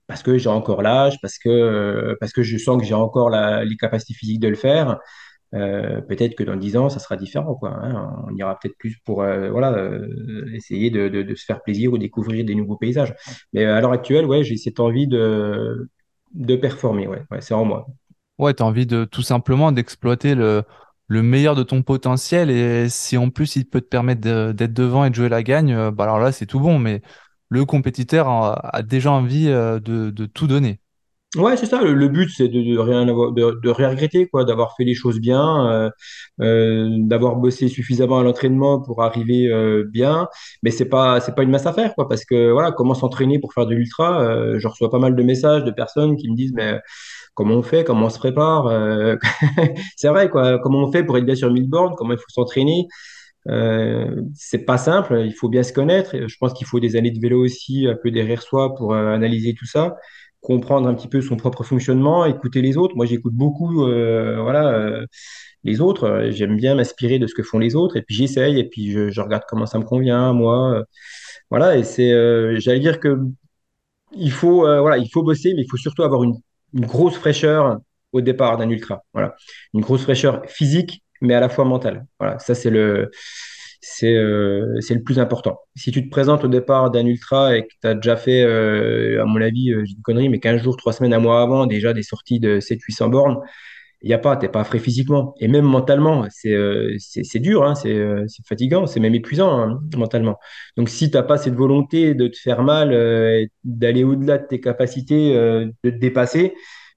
parce que j'ai encore l'âge, parce que, euh, parce que je sens que j'ai encore la, les capacités physiques de le faire. Euh, peut-être que dans dix ans, ça sera différent, quoi, hein. On ira peut-être plus pour euh, voilà, euh, essayer de, de- de se faire plaisir ou découvrir des nouveaux paysages. Mais euh, à l'heure actuelle, ouais, j'ai cette envie de, de performer. Ouais, ouais, c'est en moi. Ouais, tu as envie de tout simplement d'exploiter le, le meilleur de ton potentiel et si en plus il peut te permettre de- d'être devant et de jouer la gagne, euh, bah alors là c'est tout bon, mais le compétiteur a, a déjà envie euh, de, de tout donner. Ouais, c'est ça. Le, le but, c'est de, de rien avoir, de, de rien regretter, quoi, d'avoir fait les choses bien, euh, euh, d'avoir bossé suffisamment à l'entraînement pour arriver euh, bien. Mais c'est pas, c'est pas une masse à faire, quoi, parce que voilà, comment s'entraîner pour faire de l'ultra? Euh, je reçois pas mal de messages de personnes qui me disent, mais comment on fait, comment on se prépare? Euh, c'est vrai, quoi. Comment on fait pour être bien sur mille bornes? Comment il faut s'entraîner? Euh, c'est pas simple. Il faut bien se connaître. Et je pense qu'il faut des années de vélo aussi, un peu derrière soi pour euh, analyser tout ça, comprendre un petit peu son propre fonctionnement, écouter les autres. Moi, j'écoute beaucoup, euh, voilà, euh, les autres. Euh, J'aime bien m'inspirer de ce que font les autres. Et puis j'essaye. Et puis je, je regarde comment ça me convient, moi. Euh, Voilà. Et c'est, euh, j'allais dire que il faut, euh, voilà, il faut bosser, mais il faut surtout avoir une, une grosse fraîcheur au départ d'un ultra. Voilà. Une grosse fraîcheur physique, mais à la fois mentale. Voilà. Ça, c'est le, c'est, euh, c'est le plus important. Si tu te présentes au départ d'un ultra et que tu as déjà fait, euh, à mon avis, euh, j'ai une connerie, mais quinze jours, trois semaines, un mois avant, déjà des sorties de sept huit cents bornes, il y a pas, t'es pas frais physiquement. Et même mentalement, c'est euh, c'est c'est dur, hein, c'est euh, c'est fatigant, c'est même épuisant, hein, mentalement. Donc si t'as pas cette volonté de te faire mal, euh, et d'aller au-delà de tes capacités, euh, de te dépasser,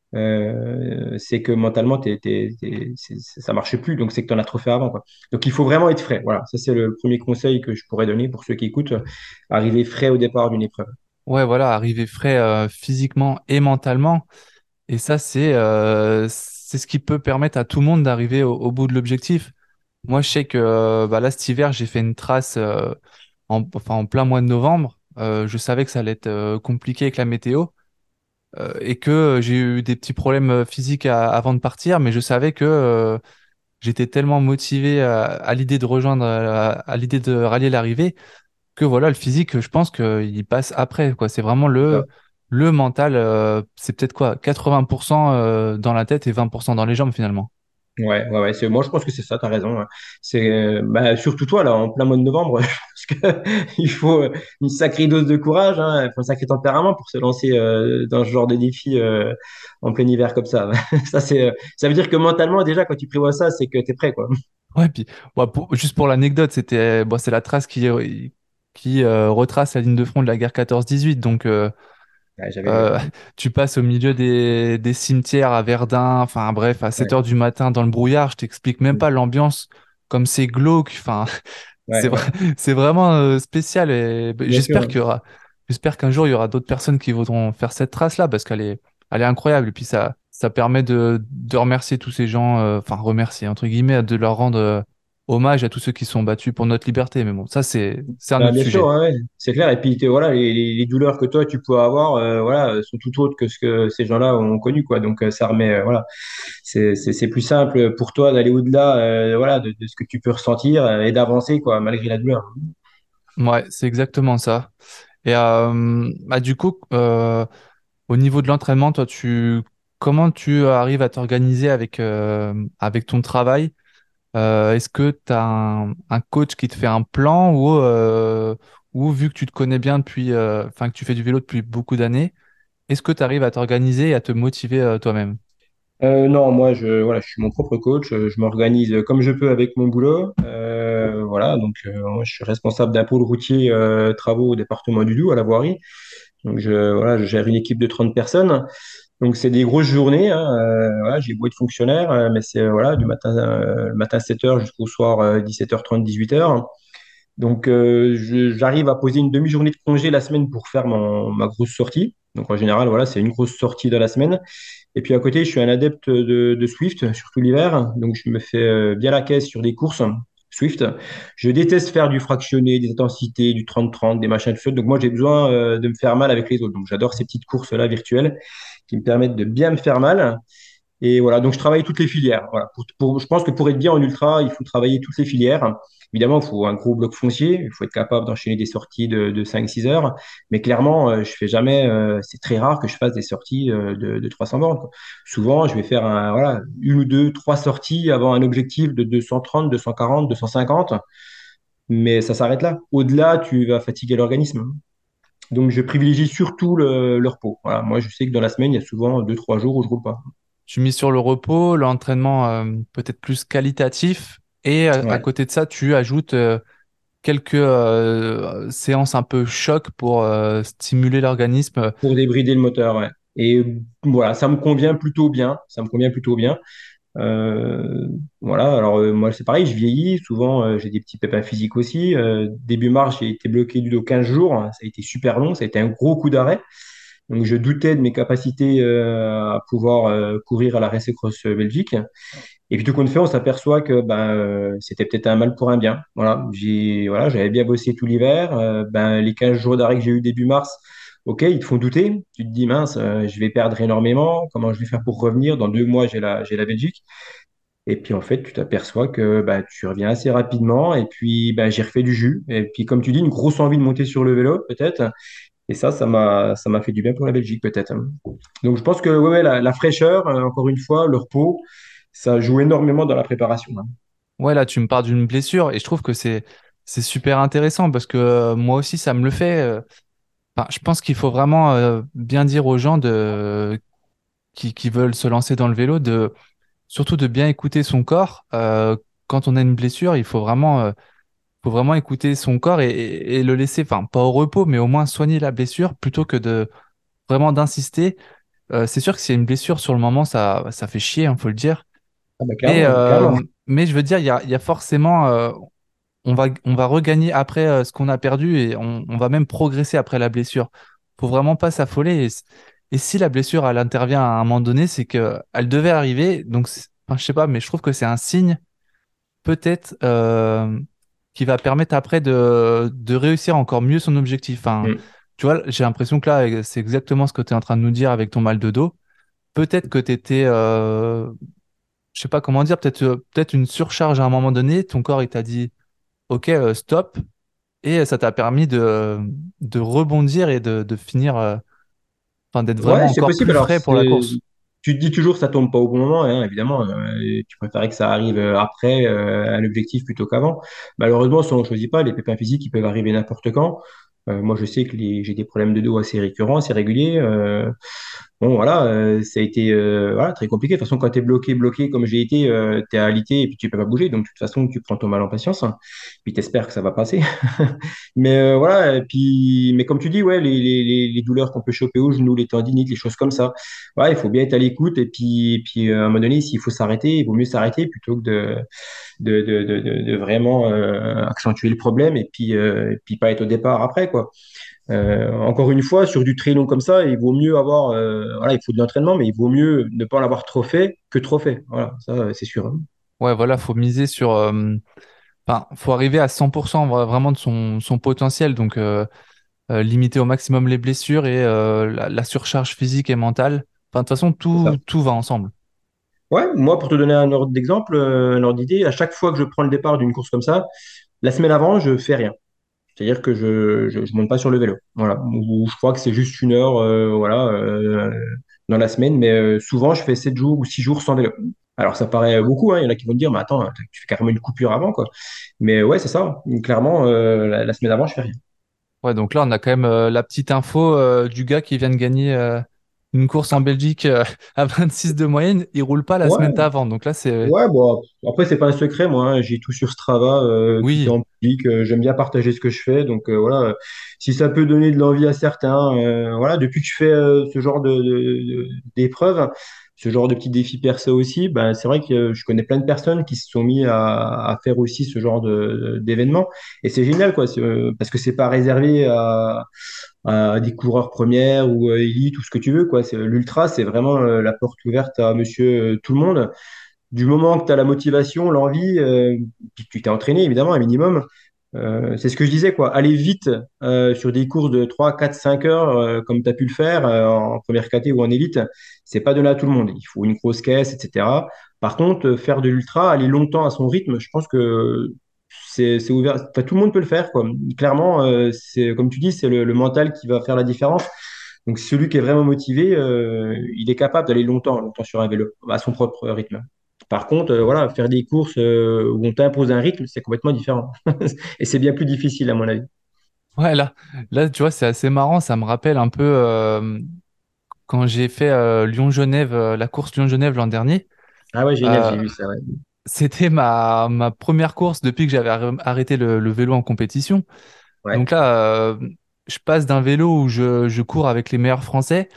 euh, c'est que mentalement, t'es, t'es, t'es- c'est- c'est- ça marche plus. Donc c'est que tu en as trop fait avant, quoi. Donc il faut vraiment être frais. Voilà, ça c'est le premier conseil que je pourrais donner pour ceux qui écoutent. Arriver frais au départ d'une épreuve. Ouais, voilà, arriver frais euh, physiquement et mentalement. Et ça, c'est euh, c'est ce qui peut permettre à tout le monde d'arriver au, au bout de l'objectif. Moi, je sais que euh, bah, là, cet hiver, j'ai fait une trace euh, en, enfin, en plein mois de novembre. Euh, je savais que ça allait être euh, compliqué avec la météo euh, et que euh, j'ai eu des petits problèmes euh, physiques à- avant de partir, mais je savais que euh, j'étais tellement motivé à, à l'idée de rejoindre, à, à l'idée de rallier l'arrivée, que voilà, le physique, je pense qu'il passe après, quoi. C'est vraiment le, le mental, euh, c'est peut-être quoi, quatre-vingts pour cent euh, dans la tête et vingt pour cent dans les jambes finalement. Ouais, ouais, ouais. C'est, moi, je pense que c'est ça, t'as raison, hein. C'est, euh, bah, surtout toi, là, en plein mois de novembre, je pense que il faut euh, une sacrée dose de courage, hein. Il faut un sacré tempérament pour se lancer euh, dans ce genre de défi euh, en plein hiver comme ça. Ça, c'est, euh, ça veut dire que mentalement, déjà, quand tu prévois ça, c'est que t'es prêt, quoi. Ouais, puis bon, pour- juste pour l'anecdote, c'était bon, c'est la trace qui, qui euh, retrace la ligne de front de la guerre quatorze dix-huit. Donc, euh, Ouais, j'avais vu. euh, tu passes au milieu des, des cimetières à Verdun, enfin bref, à sept Ouais, heures du matin dans le brouillard. Je t'explique même pas l'ambiance, comme c'est glauque. Enfin, ouais, c'est ouais. vrai, c'est vraiment euh, spécial. Et ben, Bien sûr, j'espère hein. qu'il y aura, j'espère qu'un jour il y aura d'autres personnes qui voudront faire cette trace-là parce qu'elle est, elle est incroyable. Et puis ça, ça permet de, de remercier tous ces gens, euh, enfin remercier entre guillemets, de leur rendre euh, hommage à tous ceux qui sont battus pour notre liberté. Mais bon, ça c'est, c'est un Bah, autre bien sûr, sujet. ouais, ouais, c'est clair. Et puis, t'es- voilà, les, les, les douleurs que toi, tu peux avoir, euh, voilà, euh, sont tout autres que ce que ces gens-là ont connu, quoi. Donc, euh, ça remet, euh, voilà, c'est, c'est, c'est plus simple pour toi d'aller au-delà, euh, voilà, de, de ce que tu peux ressentir euh, et d'avancer, quoi, malgré la douleur. Ouais, c'est exactement ça. Et euh, bah, du coup, euh, au niveau de l'entraînement, toi, tu, comment tu arrives à t'organiser avec, euh, avec ton travail? Euh, est-ce que tu as un, un coach qui te fait un plan ou, euh, ou vu que tu te connais bien depuis, euh, enfin que tu fais du vélo depuis beaucoup d'années, est-ce que tu arrives à t'organiser et à te motiver euh, toi-même? Euh, non, moi, je, voilà, je suis mon propre coach. euh, Je m'organise comme je peux avec mon boulot. Euh, voilà, donc, euh, moi, je suis responsable d'un pôle routier euh, travaux au département du Doubs, à la voirie. Donc, je, voilà, je gère une équipe de trente personnes. Donc, c'est des grosses journées, hein. Euh, voilà, j'ai beau être fonctionnaire, euh, mais c'est euh, voilà, du matin, euh, le matin sept heures jusqu'au soir euh, dix-sept heures trente, dix-huit heures. Donc, euh, je- j'arrive à poser une demi-journée de congé la semaine pour faire mon, ma grosse sortie. Donc, en général, voilà, c'est une grosse sortie de la semaine. Et puis, à côté, je suis un adepte de, de Swift, surtout l'hiver. Donc, je me fais euh, bien la caisse sur des courses Swift. Je déteste faire du fractionné, des intensités, du trente trente, des machins de feu. Donc, moi, j'ai besoin euh, de me faire mal avec les autres. Donc, j'adore ces petites courses-là virtuelles qui me permettent de bien me faire mal. Et voilà, donc je travaille toutes les filières. Voilà. Pour, pour- je pense que pour être bien en ultra, il faut travailler toutes les filières. Évidemment, il faut un gros bloc foncier, il faut être capable d'enchaîner des sorties de, de cinq six heures. Mais clairement, euh, je fais jamais, euh, c'est très rare que je fasse des sorties euh, de, de trois cents bornes, quoi. Souvent, je vais faire un, voilà, une ou deux, trois sorties avant un objectif de deux cent trente, deux cent quarante, deux cent cinquante. Mais ça s'arrête là. Au-delà, tu vas fatiguer l'organisme. Donc, je privilégie surtout le, le repos. Voilà. Moi, je sais que dans la semaine, il y a souvent deux, trois jours où je roule pas. Tu mises sur le repos, l'entraînement euh, peut-être plus qualitatif, et euh, à Ouais. côté de ça, tu ajoutes euh, quelques euh, séances un peu choc pour euh, stimuler l'organisme. Pour débrider le moteur, ouais. Et voilà, ça me convient plutôt bien. Ça me convient plutôt bien. Euh, voilà, alors euh, moi c'est pareil, je vieillis. Souvent, euh, j'ai des petits pépins physiques aussi. Euh, début mars, j'ai été bloqué du dos quinze jours. Ça a été super long. Ça a été un gros coup d'arrêt. Donc, je doutais de mes capacités euh, à pouvoir euh, courir à la Race Cross Belgique. Et puis tout compte fait, on s'aperçoit que ben, euh, c'était peut-être un mal pour un bien. Voilà, j'ai, voilà, j'avais bien bossé tout l'hiver. Euh, ben, les quinze jours d'arrêt que j'ai eu début mars, ok, ils te font douter. Tu te dis, mince, euh, je vais perdre énormément. Comment je vais faire pour revenir? Dans deux mois, j'ai la, j'ai la Belgique. Et puis en fait, tu t'aperçois que ben, tu reviens assez rapidement. Et puis ben, j'ai refait du jus. Et puis comme tu dis, une grosse envie de monter sur le vélo, peut-être. Et ça, ça m'a, ça m'a fait du bien pour la Belgique, peut-être. Donc je pense que ouais, ouais, la, la fraîcheur, euh, encore une fois, le repos, ça joue énormément dans la préparation, hein. Ouais, là, tu me parles d'une blessure, et je trouve que c'est c'est super intéressant parce que euh, moi aussi, ça me le fait. euh, Enfin, je pense qu'il faut vraiment euh, bien dire aux gens de, qui, qui veulent se lancer dans le vélo, de, surtout de bien écouter son corps. Euh, quand on a une blessure, il faut vraiment, euh, faut vraiment écouter son corps et, et- et le laisser, enfin, pas au repos, mais au moins soigner la blessure plutôt que de vraiment d'insister. Euh, c'est sûr que s'il y a une blessure sur le moment, ça, ça fait chier, il faut le dire. Ah bah Mais, clairement, clairement. euh, mais je veux dire, il y a, il y a forcément, euh, on va, on va regagner après euh, ce qu'on a perdu et on, on va même progresser après la blessure. Faut vraiment pas s'affoler. Et, s- et si la blessure, elle intervient à un moment donné, c'est que elle devait arriver. Donc, c'est- enfin, je sais pas, mais je trouve que c'est un signe peut-être euh, qui va permettre après de, de réussir encore mieux son objectif. Enfin, Mm. tu vois, j'ai l'impression que là, c'est exactement ce que tu es en train de nous dire avec ton mal de dos. Peut-être que tu étais, euh, je sais pas comment dire, peut-être euh, peut-être une surcharge à un moment donné. Ton corps, il t'a dit, OK, euh, stop. Et ça t'a permis de, de rebondir et de, de finir, euh, enfin, d'être Ouais, vraiment c'est encore possible. plus Alors, frais pour la c'est- course. tu te dis toujours ça tombe pas au bon moment, hein, évidemment. Euh, et tu préférais que ça arrive euh, après euh, un objectif plutôt qu'avant. Malheureusement, ça on ne choisit pas. Les pépins physiques, ils peuvent arriver n'importe quand. Euh, moi, je sais que les- j'ai des problèmes de dos assez récurrents, assez réguliers. Euh, bon, voilà, euh, ça a été euh, voilà, très compliqué. De toute façon, quand tu es bloqué, bloqué comme j'ai été, euh, tu es alité et puis tu peux pas bouger. Donc, de toute façon, tu prends ton mal en patience, hein. Puis tu espères que ça va passer. Mais euh, voilà, et puis, mais comme tu dis, ouais, les, les, les les douleurs qu'on peut choper aux genoux, les tendinites, les choses comme ça, ouais, il faut bien être à l'écoute. Et puis, et puis euh, à un moment donné, s'il faut s'arrêter, il vaut mieux s'arrêter plutôt que de, de, de, de, de, de vraiment euh, accentuer le problème et puis, euh, et puis pas être au départ après, quoi. Euh, encore une fois, sur du très long comme ça, il vaut mieux avoir, euh, voilà, il faut de l'entraînement, mais il vaut mieux ne pas en avoir trop fait que trop fait. Voilà, ça, euh, c'est sûr, hein. Ouais, voilà, faut miser sur, euh, enfin, faut arriver à cent pour cent vra- vraiment de son, son potentiel. Donc, euh, euh, limiter au maximum les blessures et euh, la, la surcharge physique et mentale. Enfin, de toute façon, C'est tout, ça. tout va ensemble. Ouais, moi, pour te donner un ordre d'exemple, euh, un ordre d'idée, à chaque fois que je prends le départ d'une course comme ça, la semaine avant, je fais rien. C'est-à-dire que je, je, je monte pas sur le vélo. Voilà. Ou je crois que c'est juste une heure, euh, voilà, euh, dans la semaine, mais euh, souvent je fais sept jours ou six jours sans vélo. Alors ça paraît beaucoup, hein. Il y en a qui vont me dire, mais attends, tu fais carrément une coupure avant, quoi. Mais ouais, c'est ça. Clairement, euh, la, la semaine avant, je fais rien. Ouais, donc là, on a quand même euh, la petite info euh, du gars qui vient de gagner euh, une course en Belgique euh, à vingt-six de moyenne. Il roule pas la semaine Ouais, d'avant. Donc là, c'est... ouais, bon, après, c'est pas un secret, moi, hein. J'ai tout sur Strava, euh, tout est Oui, en public. Euh, j'aime bien partager ce que je fais. Donc, euh, voilà, euh, si ça peut donner de l'envie à certains, euh, voilà, depuis que je fais euh, ce genre de, de- de- d'épreuves, ce genre de petits défis perso aussi, ben, c'est vrai que euh, je connais plein de personnes qui se sont mis à, à faire aussi ce genre de, d'événements. Et c'est génial, quoi, c'est, euh, parce que c'est pas réservé à, à des coureurs premières ou euh, élites ou ce que tu veux, quoi. C'est, l'ultra, c'est vraiment euh, la porte ouverte à monsieur euh, tout le monde. Du moment que tu as la motivation, l'envie, euh, puis que tu t'es entraîné évidemment un minimum, Euh, c'est ce que je disais, quoi. Aller vite euh, sur des courses de trois, quatre, cinq heures, euh, comme tu as pu le faire euh, en première caté ou en élite, c'est pas donné à tout le monde. Il faut une grosse caisse, et cetera. Par contre, euh, faire de l'ultra, aller longtemps à son rythme, je pense que c'est c'est ouvert. Enfin, tout le monde peut le faire, quoi. Clairement, euh, c'est comme tu dis, c'est le, le mental qui va faire la différence. Donc, celui qui est vraiment motivé, euh, il est capable d'aller longtemps, longtemps sur un vélo, à son propre rythme. Par contre, euh, voilà, faire des courses euh, où on t'impose un rythme, c'est complètement différent. Et c'est bien plus difficile, à mon avis. Ouais, là, là, tu vois, c'est assez marrant. Ça me rappelle un peu euh, quand j'ai fait euh, Lyon-Genève, euh, la course Lyon-Genève l'an dernier. Ah ouais, Genève, Euh, j'ai vu ça, ouais. C'était ma, ma première course depuis que j'avais arr- arrêté le, le vélo en compétition. Ouais, Donc là, euh, je passe d'un vélo où je, je cours avec les meilleurs Français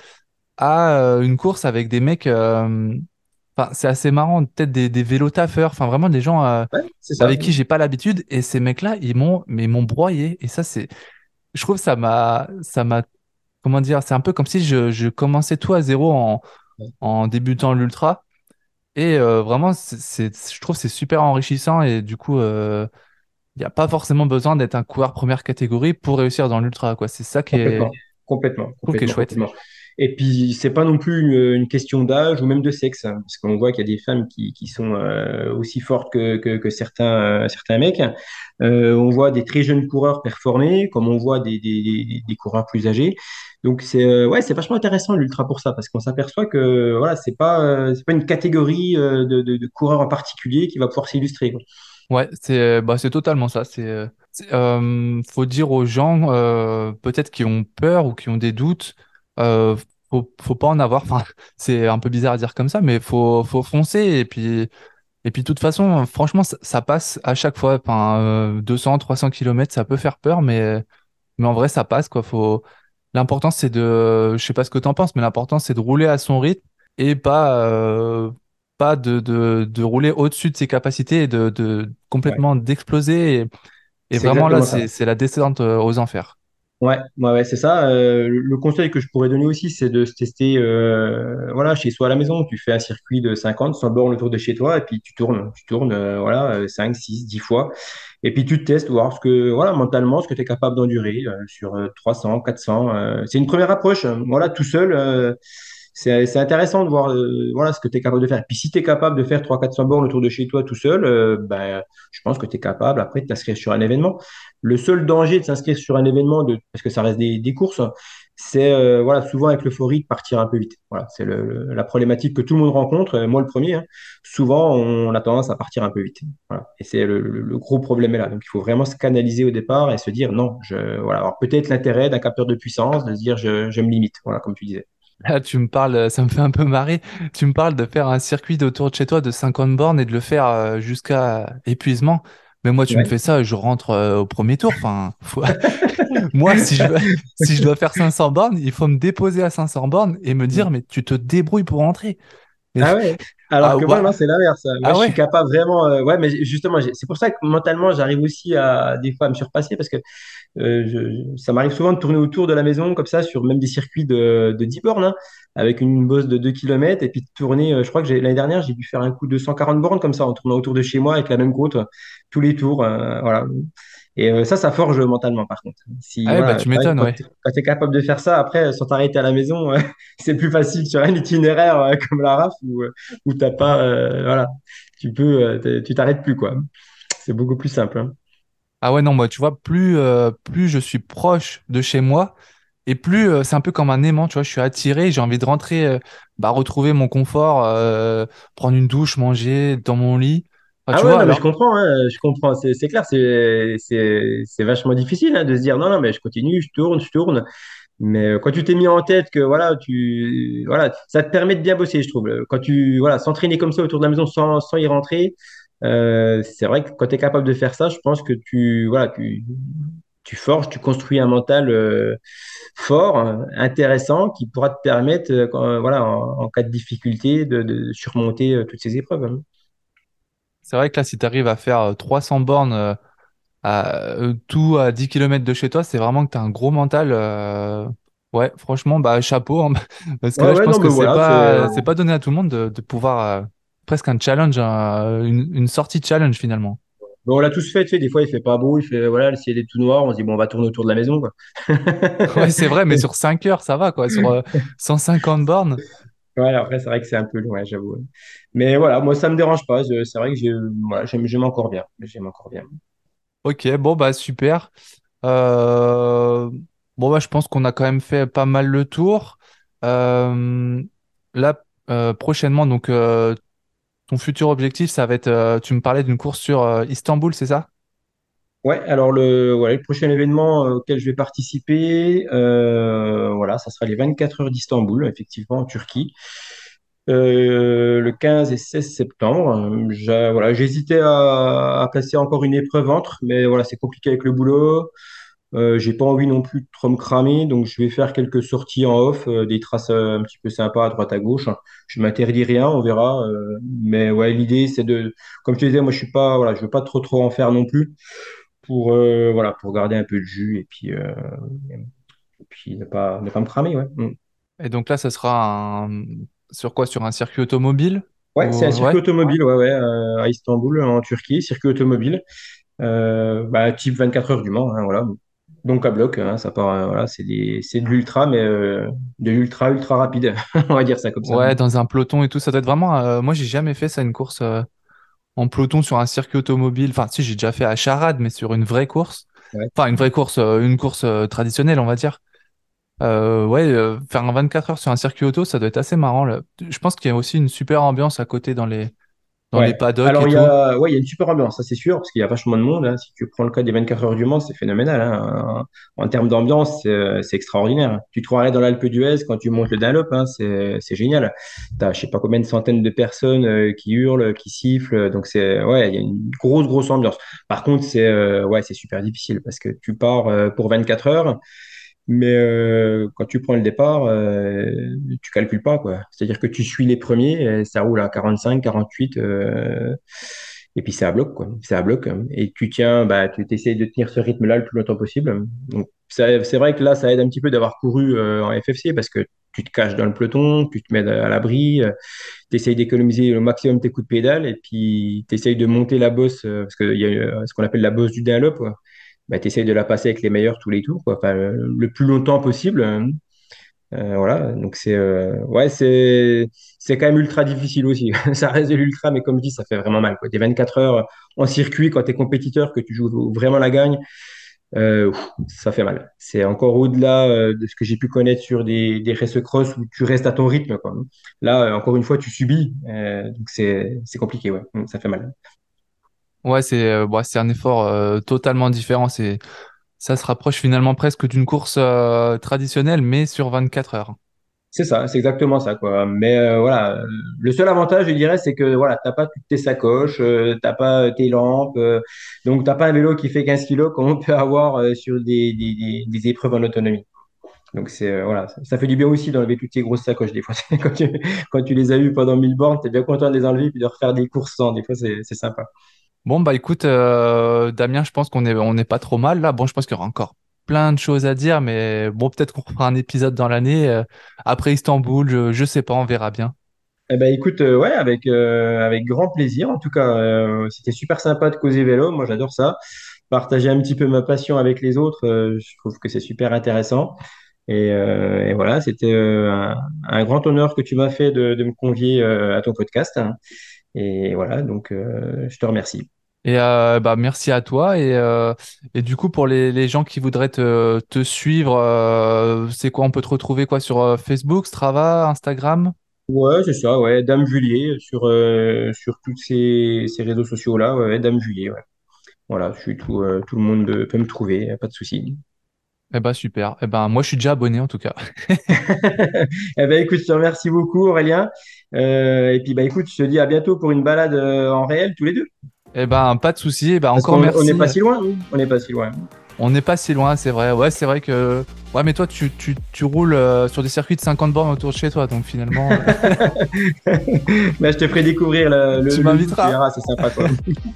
à euh, une course avec des mecs. euh, Enfin, c'est assez marrant, peut-être des, des vélos taffeurs, enfin vraiment des gens euh, ouais, c'est ça. avec qui j'ai pas l'habitude. Et ces mecs-là, ils m'ont, mais ils m'ont broyé. Et ça, c'est, je trouve que ça m'a, ça m'a, comment dire, c'est un peu comme si je, je commençais tout à zéro en, Ouais, en débutant l'ultra. Et euh, vraiment, c'est, c'est- je trouve que c'est super enrichissant. Et du coup, euh, il n'y a pas forcément besoin d'être un coureur première catégorie pour réussir dans l'ultra, quoi. C'est ça qui est, complètement, complètement, je trouve, qui est complètement, chouette. complètement. Et puis, c'est pas non plus une, une question d'âge ou même de sexe, hein, parce qu'on voit qu'il y a des femmes qui, qui sont euh, aussi fortes que, que, que certains, euh, certains mecs. Euh, on voit des très jeunes coureurs performer, comme on voit des, des, des, des coureurs plus âgés. Donc, c'est euh, ouais, c'est vachement intéressant l'ultra pour ça, parce qu'on s'aperçoit que voilà, c'est pas, euh, c'est pas une catégorie euh, de, de, de coureurs en particulier qui va pouvoir s'illustrer, quoi. Ouais, c'est bah, c'est totalement ça. C'est, euh, c'est, euh, faut dire aux gens, euh, peut-être qui ont peur ou qui ont des doutes, euh, faut, faut pas en avoir. Enfin, c'est un peu bizarre à dire comme ça, mais faut, faut foncer. Et puis, et puis, de toute façon, franchement, ça, ça passe à chaque fois. Enfin, euh, deux cents, trois cents kilomètres, ça peut faire peur, mais, mais en vrai, ça passe, quoi. Faut... L'important, c'est de, je sais pas ce que t'en penses, mais l'important, c'est de rouler à son rythme et pas, euh, pas de, de, de rouler au-dessus de ses capacités et de, de Ouais, complètement d'exploser. Et, et c'est vraiment, là, exactement ça. c'est, c'est la descente euh, aux enfers. Ouais, ouais, ouais, c'est ça. Euh, le le conseil que je pourrais donner aussi, c'est de se tester, euh, voilà, chez soi à la maison. Tu fais un circuit de cinquante, cent bornes autour de chez toi, et puis tu tournes, tu tournes, euh, voilà, euh, cinq, six, dix fois. Et puis tu te testes, voir ce que, voilà, mentalement, ce que tu es capable d'endurer euh, sur euh, trois cents, quatre cents. Euh, c'est une première approche. Hein. Voilà, tout seul, euh, c'est, c'est intéressant de voir, euh, voilà, ce que tu es capable de faire. Puis si tu es capable de faire trois, quatre cents bornes autour de chez toi tout seul, euh, ben, je pense que tu es capable après de t'inscrire sur un événement. Le seul danger de s'inscrire sur un événement, de, parce que ça reste des, des courses, c'est euh, voilà, souvent avec l'euphorie de partir un peu vite. Voilà, c'est le- le- la problématique que tout le monde rencontre, euh, moi le premier. Hein. Souvent, on a tendance à partir un peu vite. Voilà. Et c'est le, le- le gros problème est là. Donc, il faut vraiment se canaliser au départ et se dire non. Je, voilà. Alors, peut-être l'intérêt d'un capteur de puissance, de se dire je, je me limite. Voilà, comme tu disais. Là, tu me parles, euh, ça me fait un peu marrer. Tu me parles de faire un circuit autour de chez toi de cinquante bornes et de le faire euh, jusqu'à épuisement. Mais moi, tu me Ouais. fais ça, je rentre euh, au premier tour. Enfin, faut- moi, si je veux, si je dois faire cinq cents bornes, il faut me déposer à cinq cents bornes et me dire, mais tu te débrouilles pour rentrer. Et- Ah ouais. Alors ah, que moi, ouais. non, c'est l'inverse. Moi, Ah je suis ouais? capable vraiment. Euh, ouais, mais justement, j'ai- c'est pour ça que mentalement, j'arrive aussi à des fois à me surpasser parce que Euh, je- ça m'arrive souvent de tourner autour de la maison comme ça, sur même des circuits de, de dix bornes, hein, avec une bosse de deux kilomètres, et puis de tourner, euh, je crois que j'ai- l'année dernière, j'ai dû faire un coup de cent quarante bornes comme ça, en tournant autour de chez moi avec la même côte, euh, tous les tours. Euh, voilà. Et euh, ça, ça forge mentalement, par contre. Si, Ah ouais, bah voilà, tu c'est vrai que m'étonnes, quand ouais. tu es capable de faire ça, après, sans t'arrêter à la maison, euh, c'est plus facile sur un itinéraire euh, comme la R A F où, euh, où t'as pas, euh, voilà, tu peux, euh, t'es- tu t'arrêtes plus, quoi. C'est beaucoup plus simple. Hein. Ah ouais, non, moi, tu vois, plus, euh, plus je suis proche de chez moi, et plus euh, c'est un peu comme un aimant, tu vois, je suis attiré, j'ai envie de rentrer, euh, bah, retrouver mon confort, euh, prendre une douche, manger dans mon lit. Enfin, Ah tu ouais, vois, non, mais je alors, comprends, hein, je comprends. C'est c'est clair, c'est c'est- c'est vachement difficile hein, de se dire non, non, mais je continue, je tourne, je tourne. Mais euh, quand tu t'es mis en tête que voilà, tu voilà, ça te permet de bien bosser, je trouve. Quand tu voilà, s'entraîner comme ça autour de la maison sans, sans y rentrer, euh, c'est vrai que quand tu es capable de faire ça, je pense que tu voilà, tu, tu forges, tu construis un mental euh, fort, hein, intéressant, qui pourra te permettre, euh, quand, euh, voilà, en, en cas de difficulté, de, de surmonter euh, toutes ces épreuves. Hein. c'est vrai que là, si tu arrives à faire euh, trois cents bornes, euh, à, euh, tout à dix kilomètres de chez toi, c'est vraiment que tu as un gros mental. euh, Ouais, franchement, bah, chapeau, hein, parce que Ouais, là, je ouais, pense non, que mais c'est voilà, c'est. pas, c'est pas donné à tout le monde de, de pouvoir, euh, presque un challenge, un- une, une sortie challenge finalement. Bon, on l'a tous fait, tu sais, des fois il fait pas beau, il fait, voilà, le ciel est tout noir, on se dit, bon, on va tourner autour de la maison, quoi. Ouais, c'est vrai, mais sur cinq heures, ça va, quoi. Sur euh, cent cinquante bornes. Ouais, après, c'est vrai que c'est un peu long, ouais, j'avoue. Ouais. Mais voilà, moi, ça me dérange pas. Je- C'est vrai que j'ai- voilà, j'aime, j'aime encore bien. J'aime encore bien. Ok, bon, bah super. Euh, Bon, bah, je pense qu'on a quand même fait pas mal le tour. Euh, Là, euh, prochainement, donc, euh, ton futur objectif, ça va être, euh, tu me parlais d'une course sur euh, Istanbul, c'est ça? Ouais, alors le, voilà, le prochain événement euh, auquel je vais participer, euh, voilà, ça sera les vingt-quatre heures d'Istanbul, effectivement, en Turquie. Euh, le quinze et seize septembre. J'ai- voilà, j'hésitais à, à placer encore une épreuve entre, mais voilà, c'est compliqué avec le boulot. Euh, j'ai pas envie non plus de trop me cramer, donc je vais faire quelques sorties en off, euh, des traces euh, un petit peu sympas à droite à gauche. Je m'interdis rien, on verra. Euh, mais ouais, l'idée c'est de, comme je te disais, moi je suis pas, voilà, je veux pas trop trop en faire non plus pour, euh, voilà, pour garder un peu de jus et puis, euh, et puis ne pas, ne pas me cramer, ouais. Mm. Et donc là, ça sera un... sur quoi? Sur un circuit automobile? Ouais, c'est un Ou... circuit Ouais. automobile, ouais, ouais, euh, à Istanbul, en Turquie, circuit automobile, euh, bah, type vingt-quatre heures du Mans, hein, voilà. Donc à bloc, hein, ça part, euh, voilà, c'est des, c'est de l'ultra, mais euh, de l'ultra ultra rapide, on va dire ça comme ça. Ouais, dans un peloton et tout, ça doit être vraiment. Euh, moi, j'ai jamais fait ça, une course euh, en peloton sur un circuit automobile. Enfin, si, j'ai déjà fait à Charade, mais sur une vraie course. Ouais. Enfin, une vraie course, euh, une course euh, traditionnelle, on va dire. Euh, ouais, euh, faire un vingt-quatre heures sur un circuit auto, ça doit être assez marrant, là. Je pense qu'il y a aussi une super ambiance à côté dans les, dans les Ouais. paddocks et Alors, il y tout. a, ouais, il y a une super ambiance, ça c'est sûr, parce qu'il y a vachement de monde, hein. Si tu prends le cas des vingt-quatre heures du Mans, c'est phénoménal, hein. En, en termes d'ambiance, c'est c'est extraordinaire. Tu te croirais dans l'Alpe d'Huez quand tu montes le Dunlop, hein, c'est c'est génial. T'as, je sais pas combien de centaines de personnes euh, qui hurlent, qui sifflent, donc c'est, ouais, il y a une grosse, grosse ambiance. Par contre, c'est euh, ouais, c'est super difficile, parce que tu pars euh, pour vingt-quatre heures. Mais euh, quand tu prends le départ, euh, tu calcules pas, quoi. C'est-à-dire que tu suis les premiers, et ça roule à quarante-cinq, quarante-huit, euh, et puis c'est à bloc, quoi. C'est à bloc. Et tu tiens, bah, tu essayes de tenir ce rythme-là le plus longtemps possible. Donc, ça- c'est vrai que là, ça aide un petit peu d'avoir couru euh, en F F C parce que tu te caches dans le peloton, tu te mets à l'abri, tu essayes d'économiser au maximum tes coups de pédale, et puis tu essayes de monter la bosse, euh, parce qu'il y a euh, ce qu'on appelle la bosse du Dunlop, quoi. Bah, tu essayes de la passer avec les meilleurs tous les tours, quoi. Enfin, le, le plus longtemps possible. Hein. Euh, voilà, donc c'est euh, ouais, c'est c'est quand même ultra difficile aussi. Ça reste de l'ultra, mais comme je dis, ça fait vraiment mal, quoi. Des vingt-quatre heures en circuit quand tu es compétiteur, que tu joues vraiment la gagne, euh, ouf, ça fait mal. C'est encore au-delà euh, de ce que j'ai pu connaître sur des, des race cross où tu restes à ton rythme, quoi. Là, euh, encore une fois, tu subis, euh, donc c'est c'est compliqué, ouais. Ça fait mal. Ouais, c'est euh, bon, c'est un effort euh, totalement différent. C'est, ça se rapproche finalement presque d'une course euh, traditionnelle, mais sur vingt-quatre heures. C'est ça, c'est exactement ça, quoi. Mais euh, voilà, euh, le seul avantage, je dirais, c'est que voilà, t'as pas toutes tes sacoches, euh, t'as pas tes lampes, euh, donc t'as pas un vélo qui fait quinze kilos comme on peut avoir euh, sur des, des, des, des épreuves en autonomie. Donc c'est euh, voilà, ça, ça fait du bien aussi d'enlever toutes ces grosses sacoches des fois. Quand tu, quand tu les as eues pendant mille bornes, t'es bien content de les enlever puis de refaire des courses sans. Des fois, c'est c'est sympa. Bon, bah écoute, euh, Damien, je pense qu'on est, on est pas trop mal là. Bon, je pense qu'il y aura encore plein de choses à dire, mais bon, peut-être qu'on fera un épisode dans l'année. euh, après Istanbul, je, je sais pas, on verra bien. Eh ben écoute, euh, ouais, avec euh, avec grand plaisir. En tout cas, euh, c'était super sympa de causer vélo. Moi, j'adore ça. Partager un petit peu ma passion avec les autres, euh, je trouve que c'est super intéressant. Et, euh, et voilà, c'était euh, un, un grand honneur que tu m'as fait de, de me convier euh, à ton podcast. Hein. Et voilà, donc euh, je te remercie. Et euh, bah merci à toi. Et, euh, et du coup, pour les, les gens qui voudraient te, te suivre, euh, c'est quoi? On peut te retrouver quoi sur euh, Facebook, Strava, Instagram? Ouais, c'est ça, ouais, Dame Julier sur, euh, sur tous ces, ces réseaux sociaux-là, ouais, Dame Julier, ouais. Voilà, je suis tout, euh, tout le monde peut me trouver, pas de souci. Eh ben super. Eh ben moi, je suis déjà abonné en tout cas. Eh ben écoute, je te remercie beaucoup Aurélien. Euh, et puis bah écoute, je te dis à bientôt pour une balade euh, en réel tous les deux. Eh ben pas de souci. Eh ben Parce encore qu'on on n'est merci. pas si loin, hein. On n'est pas si loin. On n'est pas si loin, c'est vrai. Ouais, c'est vrai que. Ouais, mais toi, tu, tu, tu roules euh, sur des circuits de cinquante bornes autour de chez toi, donc finalement, euh, Mais je te ferai découvrir le, le, tu le tout, tu m'inviteras. verras, c'est sympa quoi.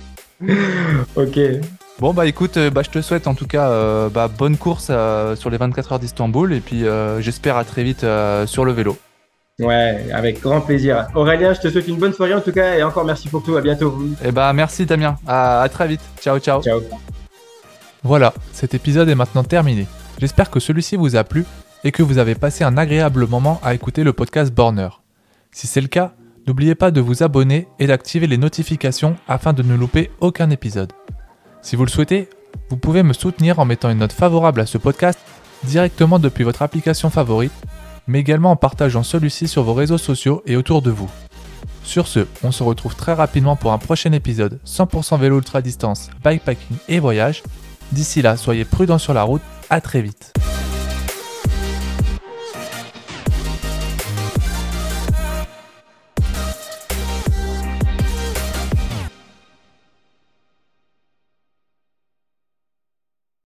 Ok. Bon, bah écoute, euh, bah, je te souhaite en tout cas euh, bah, bonne course euh, sur les vingt-quatre heures d'Istanbul et puis euh, j'espère à très vite euh, sur le vélo. Ouais, avec grand plaisir. Aurélien, je te souhaite une bonne soirée en tout cas et encore merci pour tout. À bientôt. Eh ben, merci Damien. À, à très vite. Ciao, ciao. Ciao. Voilà, cet épisode est maintenant terminé. J'espère que celui-ci vous a plu et que vous avez passé un agréable moment à écouter le podcast Borner. Si c'est le cas, n'oubliez pas de vous abonner et d'activer les notifications afin de ne louper aucun épisode. Si vous le souhaitez, vous pouvez me soutenir en mettant une note favorable à ce podcast directement depuis votre application favorite, mais également en partageant celui-ci sur vos réseaux sociaux et autour de vous. Sur ce, on se retrouve très rapidement pour un prochain épisode cent pour cent vélo ultra distance, bikepacking et voyage. D'ici là, soyez prudents sur la route, à très vite.